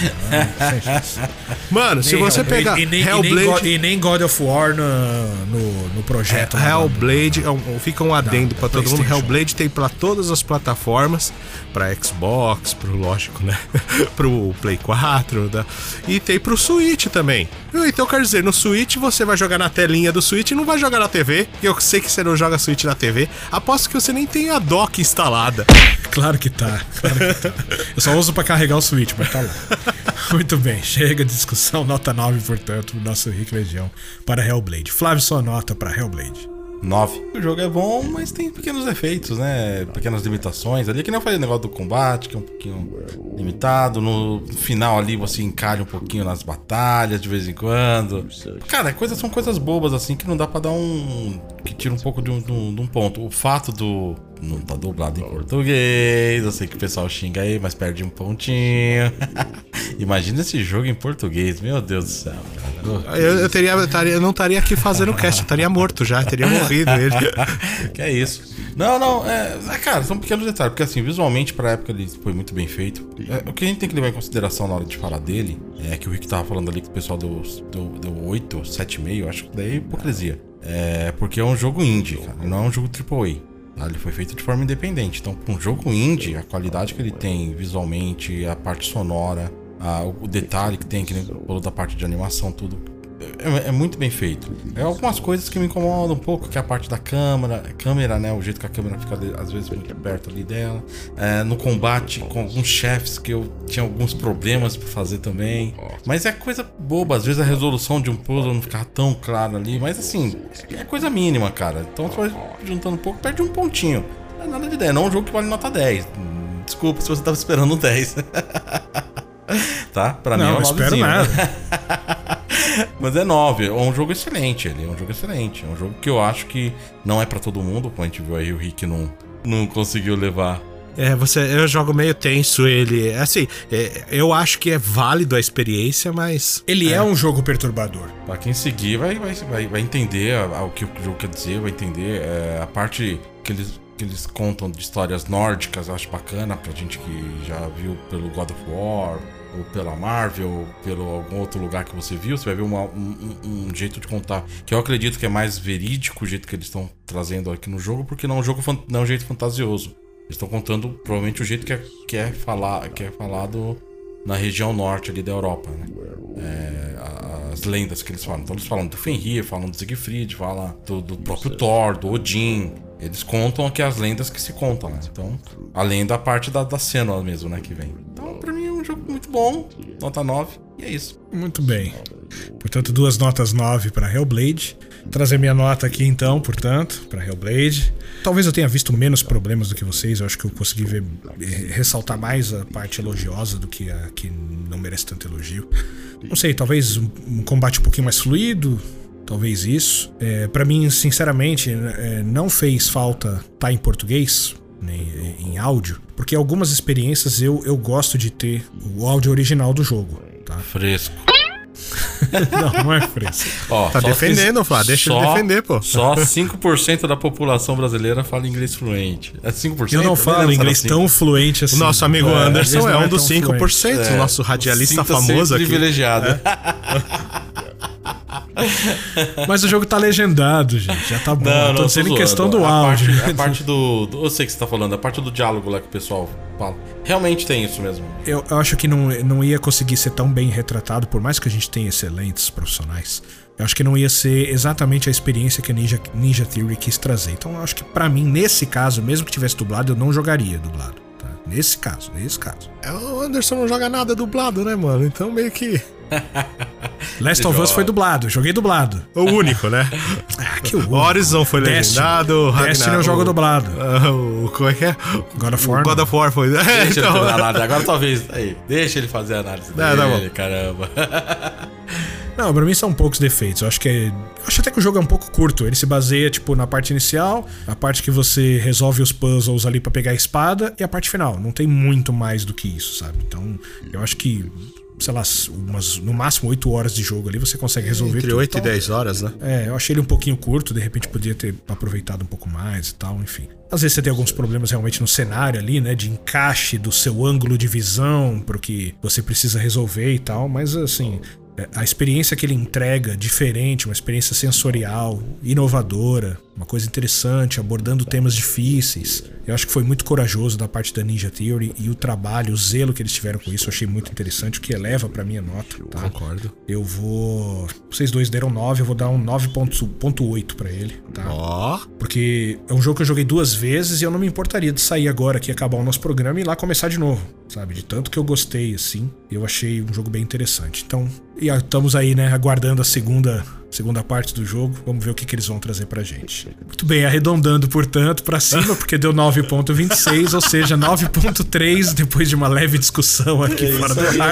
S3: Mano, se você pegar
S1: Hellblade e nem God of War no projeto.
S3: Hellblade, fica um adendo pra todo mundo. Hellblade tem pra todas as plataformas, pra Xbox, lógico, né? Pro Play 4, e tem pro Switch também. Então, quer dizer, no Switch você vai jogar na telinha do Switch e não vai jogar na TV. Eu sei que você não joga Switch na TV. Aposto que você nem tem a dock instalada.
S1: Claro que tá. Eu só uso pra carregar o Switch, mas tá lá. Muito bem, chega de discussão. Nota 9, portanto, do nosso Rick Legião para Hellblade. Flávio, sua nota para Hellblade.
S2: 9. O jogo é bom, mas tem pequenos efeitos, né? Pequenas limitações ali, que nem eu falei, o negócio do combate, que é um pouquinho limitado. No final ali você encalha um pouquinho nas batalhas de vez em quando. Cara, são coisas bobas assim que não dá pra dar que tira um pouco de um ponto. O fato do... Não tá dublado em português. Eu sei que o pessoal xinga aí, mas perde um pontinho. Imagina esse jogo em português, meu Deus do céu, cara.
S3: Eu não estaria aqui fazendo cast, eu estaria morto já, teria morrido ele.
S2: Que é isso. Não, cara, são pequenos detalhes, porque assim, visualmente pra época ele foi muito bem feito. O que a gente tem que levar em consideração na hora de falar dele é que o Rick tava falando ali que o pessoal deu 8, 7,5, acho que daí é hipocrisia. Porque é um jogo indie, cara, não é um jogo AAA. Ele foi feito de forma independente. Então, um jogo indie, a qualidade que ele tem visualmente, a parte sonora, o detalhe que tem, que nem falou da parte de animação, tudo. é muito bem feito. É algumas coisas que me incomodam um pouco, que é a parte da câmera, né? O jeito que a câmera fica às vezes muito perto ali dela. No combate com alguns chefes que eu tinha alguns problemas pra fazer também. Mas é coisa boba, às vezes a resolução de um puzzle não ficar tão clara ali. Mas assim, é coisa mínima, cara. Então você vai juntando um pouco, perde um pontinho. Não é nada de ideia, não é um jogo que vale nota 10. Desculpa se você tava esperando um 10. Tá? Pra mim é um 9. Não espero nada. Mas é 9, é um jogo excelente. Ele é um jogo excelente. É um jogo que eu acho que não é pra todo mundo. Como a gente viu aí, o Rick não conseguiu levar.
S3: Eu jogo meio tenso ele. Assim, eu acho que é válido a experiência, mas...
S1: Ele é um jogo perturbador.
S2: Pra quem seguir vai entender o que o jogo quer dizer, vai entender a parte que eles contam de histórias nórdicas. Eu acho bacana pra gente que já viu pelo God of War, ou pela Marvel, ou pelo algum outro lugar que você viu. Você vai ver um jeito de contar que eu acredito que é mais verídico, o jeito que eles estão trazendo aqui no jogo, porque não é um jeito fantasioso. Eles estão contando provavelmente o jeito que é falado na região norte ali da Europa, né? As lendas que eles falam. Então eles falam do Fenrir, falam do Siegfried, falam do próprio Thor, do Odin. Eles contam aqui as lendas que se contam, né? Então, além da parte da cena mesmo, né, que vem. Então, pra mim é um jogo muito bom, nota 9, e é isso.
S1: Muito bem. Portanto, 2 notas 9 pra Hellblade. Trazer minha nota aqui então, portanto, pra Hellblade. Talvez eu tenha visto menos problemas do que vocês. Eu acho que eu consegui ressaltar mais a parte elogiosa do que a que não merece tanto elogio. Não sei, talvez um combate um pouquinho mais fluido. Talvez isso. Pra mim, sinceramente, não fez falta estar em português, nem em áudio, porque algumas experiências eu gosto de ter o áudio original do jogo. Tá?
S2: Fresco.
S1: Não é fresco.
S3: Tá defendendo, Flá. Deixa ele defender, pô.
S2: Só 5% da população brasileira fala inglês fluente. É 5%?
S1: Eu não falo inglês tão fluente assim.
S3: O nosso amigo Anderson é um dos 5%. O nosso radialista famoso aqui.
S2: Privilegiado.
S1: Mas o jogo tá legendado, gente. Já tá bom.
S2: Não,
S1: tô dizendo em questão do áudio.
S2: A parte do. Eu sei que você tá falando, a parte do diálogo lá que o pessoal fala. Realmente tem isso mesmo.
S1: Eu acho que não ia conseguir ser tão bem retratado, por mais que a gente tenha excelentes profissionais. Eu acho que não ia ser exatamente a experiência que a Ninja Theory quis trazer. Então eu acho que pra mim, nesse caso, mesmo que tivesse dublado, eu não jogaria dublado. Tá? Nesse caso.
S3: O Anderson não joga nada dublado, né, mano? Então meio que...
S1: Last of Us foi dublado, joguei dublado.
S3: O único, né?
S1: Que único.
S3: Horizon foi legendado.
S1: Destiny eu jogo dublado.
S3: Como é que é?
S1: God of War.
S3: God of War foi.
S2: Deixa ele fazer a análise. Agora talvez. Aí, deixa ele fazer a análise dele, caramba.
S1: Não, pra mim são poucos defeitos. Eu acho até que o jogo é um pouco curto. Ele se baseia, tipo, na parte inicial, a parte que você resolve os puzzles ali pra pegar a espada, e a parte final. Não tem muito mais do que isso, sabe? Então, eu acho que, sei lá, no máximo 8 horas de jogo ali você consegue resolver
S3: entre
S1: tudo.
S3: 8 e 10 horas, né?
S1: Eu achei ele um pouquinho curto, de repente podia ter aproveitado um pouco mais e tal, enfim. Às vezes você tem alguns problemas realmente no cenário ali, né, de encaixe do seu ângulo de visão pro que você precisa resolver e tal, mas assim, a experiência que ele entrega, diferente, uma experiência sensorial, inovadora, uma coisa interessante, abordando temas difíceis. Eu acho que foi muito corajoso da parte da Ninja Theory, e o trabalho, o zelo que eles tiveram com isso, eu achei muito interessante, o que eleva pra minha nota, tá?
S3: Concordo.
S1: Eu vou... Vocês dois deram 9, eu vou dar um 9.8 pra ele, tá? Porque é um jogo que eu joguei 2 vezes e eu não me importaria de sair agora aqui, acabar o nosso programa e ir lá começar de novo, sabe? De tanto que eu gostei, assim, eu achei um jogo bem interessante. Então, e estamos aí, né, aguardando a segunda parte do jogo. Vamos ver o que eles vão trazer pra gente. Muito bem, arredondando, portanto, pra cima, porque deu 9.26, ou seja, 9.3, depois de uma leve discussão aqui fora do ar.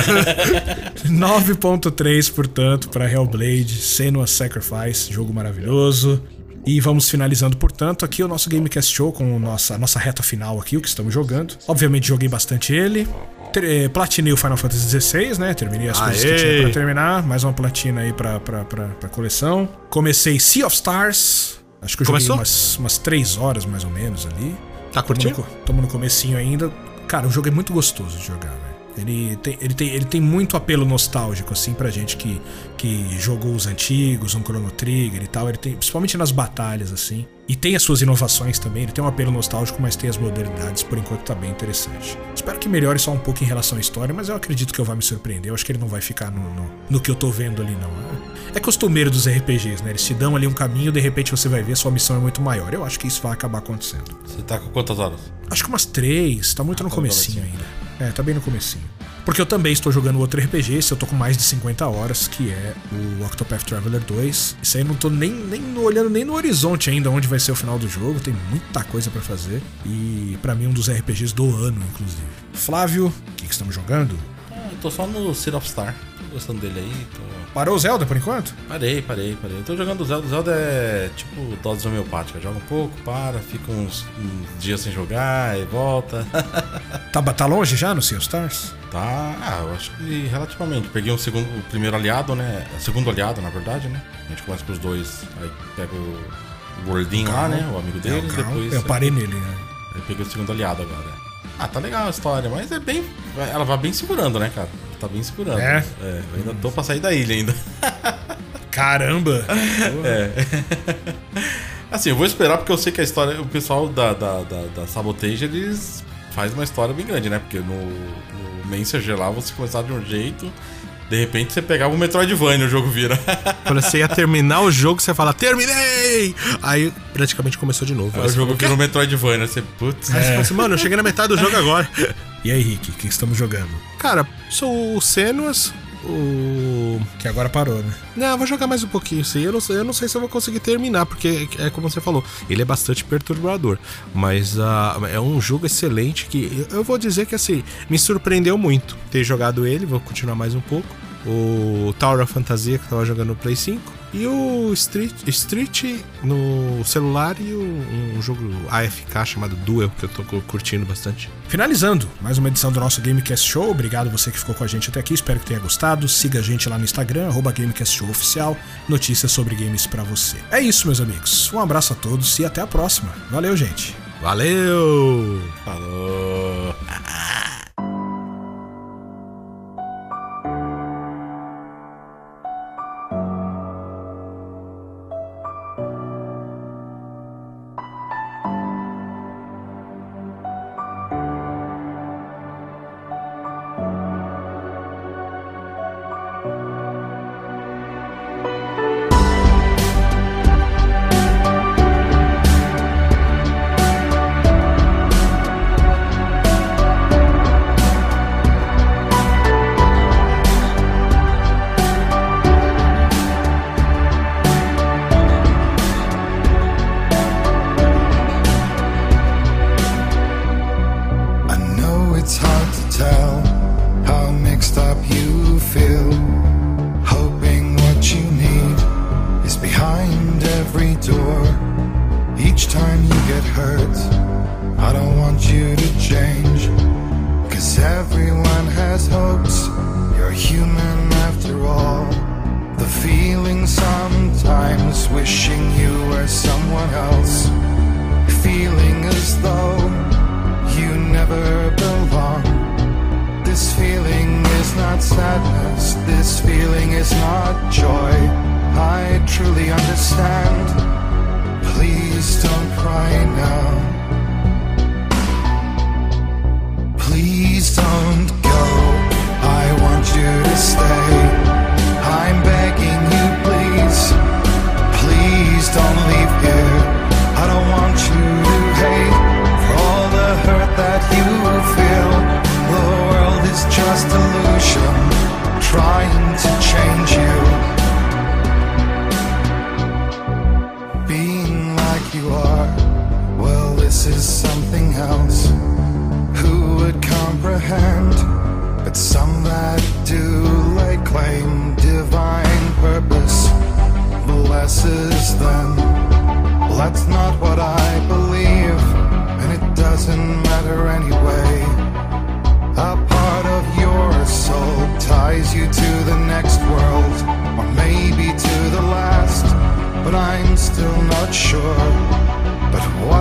S1: 9.3, portanto, pra Hellblade, Senua's Sacrifice, jogo maravilhoso. E vamos finalizando, portanto, aqui o nosso Gamecast Show com a nossa reta final aqui, o que estamos jogando. Obviamente joguei bastante ele. Platinei o Final Fantasy XVI, né? Terminei as coisas que tinha pra terminar. Mais uma platina aí pra coleção. Comecei Sea of Stars. Acho que eu joguei umas 3 horas, mais ou menos, ali.
S3: Tá curtindo?
S1: Tamo no comecinho ainda. Cara, o jogo é muito gostoso de jogar, velho. Ele tem muito apelo nostálgico, assim, pra gente que jogou os antigos, um Chrono Trigger e tal. Ele tem, principalmente nas batalhas, assim. E tem as suas inovações também. Ele tem um apelo nostálgico, mas tem as modernidades. Por enquanto tá bem interessante. Espero que melhore só um pouco em relação à história, mas eu acredito que eu vou me surpreender. Eu acho que ele não vai ficar no que eu tô vendo ali, não. É costumeiro dos RPGs, né? Eles te dão ali um caminho, de repente você vai ver, sua missão é muito maior. Eu acho que isso vai acabar acontecendo.
S2: Você tá com quantas horas?
S1: Acho que umas 3, tá muito no comecinho ainda. Tá bem no comecinho. Porque eu também estou jogando outro RPG, esse eu tô com mais de 50 horas, que é o Octopath Traveler 2. Isso aí eu não tô nem olhando nem no horizonte ainda onde vai ser o final do jogo, tem muita coisa pra fazer. E pra mim um dos RPGs do ano, inclusive. Flávio, o que estamos jogando?
S2: Eu tô só no Sea of Star, tô gostando dele aí.
S1: Parou o Zelda por enquanto?
S2: Parei. Eu tô jogando o Zelda. O Zelda é tipo dose homeopática. Joga um pouco, fica uns dias sem jogar e volta.
S1: Tá longe já no Sea of Stars?
S2: Tá, eu acho que relativamente. Peguei o primeiro aliado, né? O segundo aliado, na verdade, né? A gente começa com os dois. Aí pega o gordinho lá, né? O amigo dele. Depois
S1: eu parei nele, né?
S2: Aí peguei o segundo aliado agora. Tá legal a história, mas é bem. Ela vai bem segurando, né, cara? Tá bem segurando.
S1: É?
S2: Eu ainda tô pra sair da ilha ainda.
S1: Caramba!
S2: Assim, eu vou esperar porque eu sei que a história. O pessoal da Sabotage, eles faz uma história bem grande, né? Porque no Messenger lá você começava de um jeito. De repente você pegava o Metroidvania e o jogo vira.
S3: Quando você ia terminar o jogo, você fala, terminei! Aí praticamente começou de novo.
S2: Aí o jogo virou Metroidvania, você, putz.
S3: Aí você fala assim, mano, eu cheguei na metade do jogo agora.
S1: E aí, Rick, o que estamos jogando?
S3: Cara, sou o Senuas,
S1: que agora parou, né?
S3: Não, vou jogar mais um pouquinho, sim. Eu não sei se eu vou conseguir terminar, porque é como você falou, ele é bastante perturbador. Mas é um jogo excelente que eu vou dizer que, assim, me surpreendeu muito ter jogado ele. Vou continuar mais um pouco. O Tower of Fantasia, que eu tava jogando no Play 5. E o Street no celular e um jogo AFK chamado Duel, que eu tô curtindo bastante.
S1: Finalizando, mais uma edição do nosso Gamecast Show. Obrigado você que ficou com a gente até aqui, espero que tenha gostado. Siga a gente lá no Instagram, @Gamecast Show Oficial, notícias sobre games pra você. É isso, meus amigos. Um abraço a todos e até a próxima. Valeu, gente.
S3: Valeu!
S2: Falou!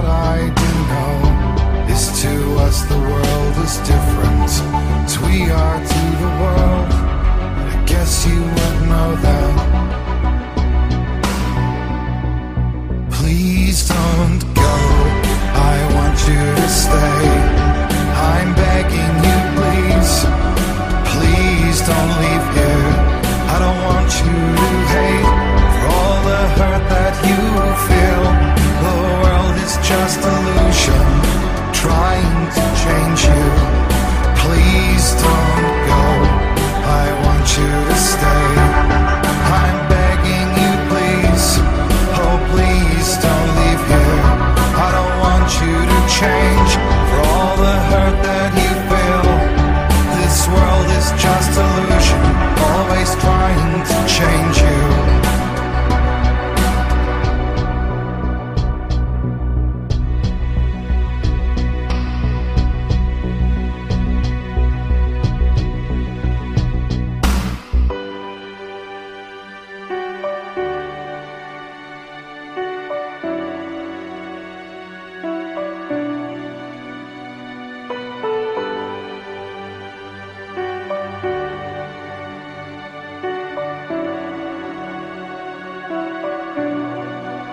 S10: The world is different. We are Please don't go. I want you to stay. I'm begging you, please. Please don't leave here. I don't want you to hate for all the hurt that you feel. The world is just illusion, trying to change you. Please don't go. I want you to stay. I'm begging you, please. Oh, please don't leave here. I don't want you to change for all the hurt that you feel. This world is just illusion, always trying to change you.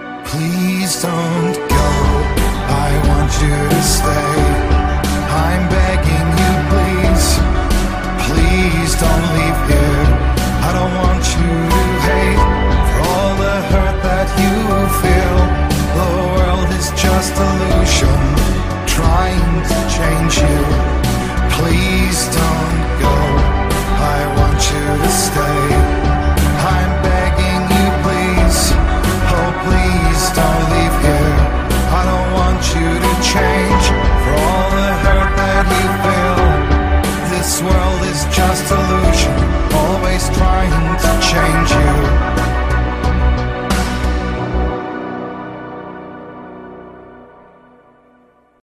S10: Please don't go. I want you to stay. I'm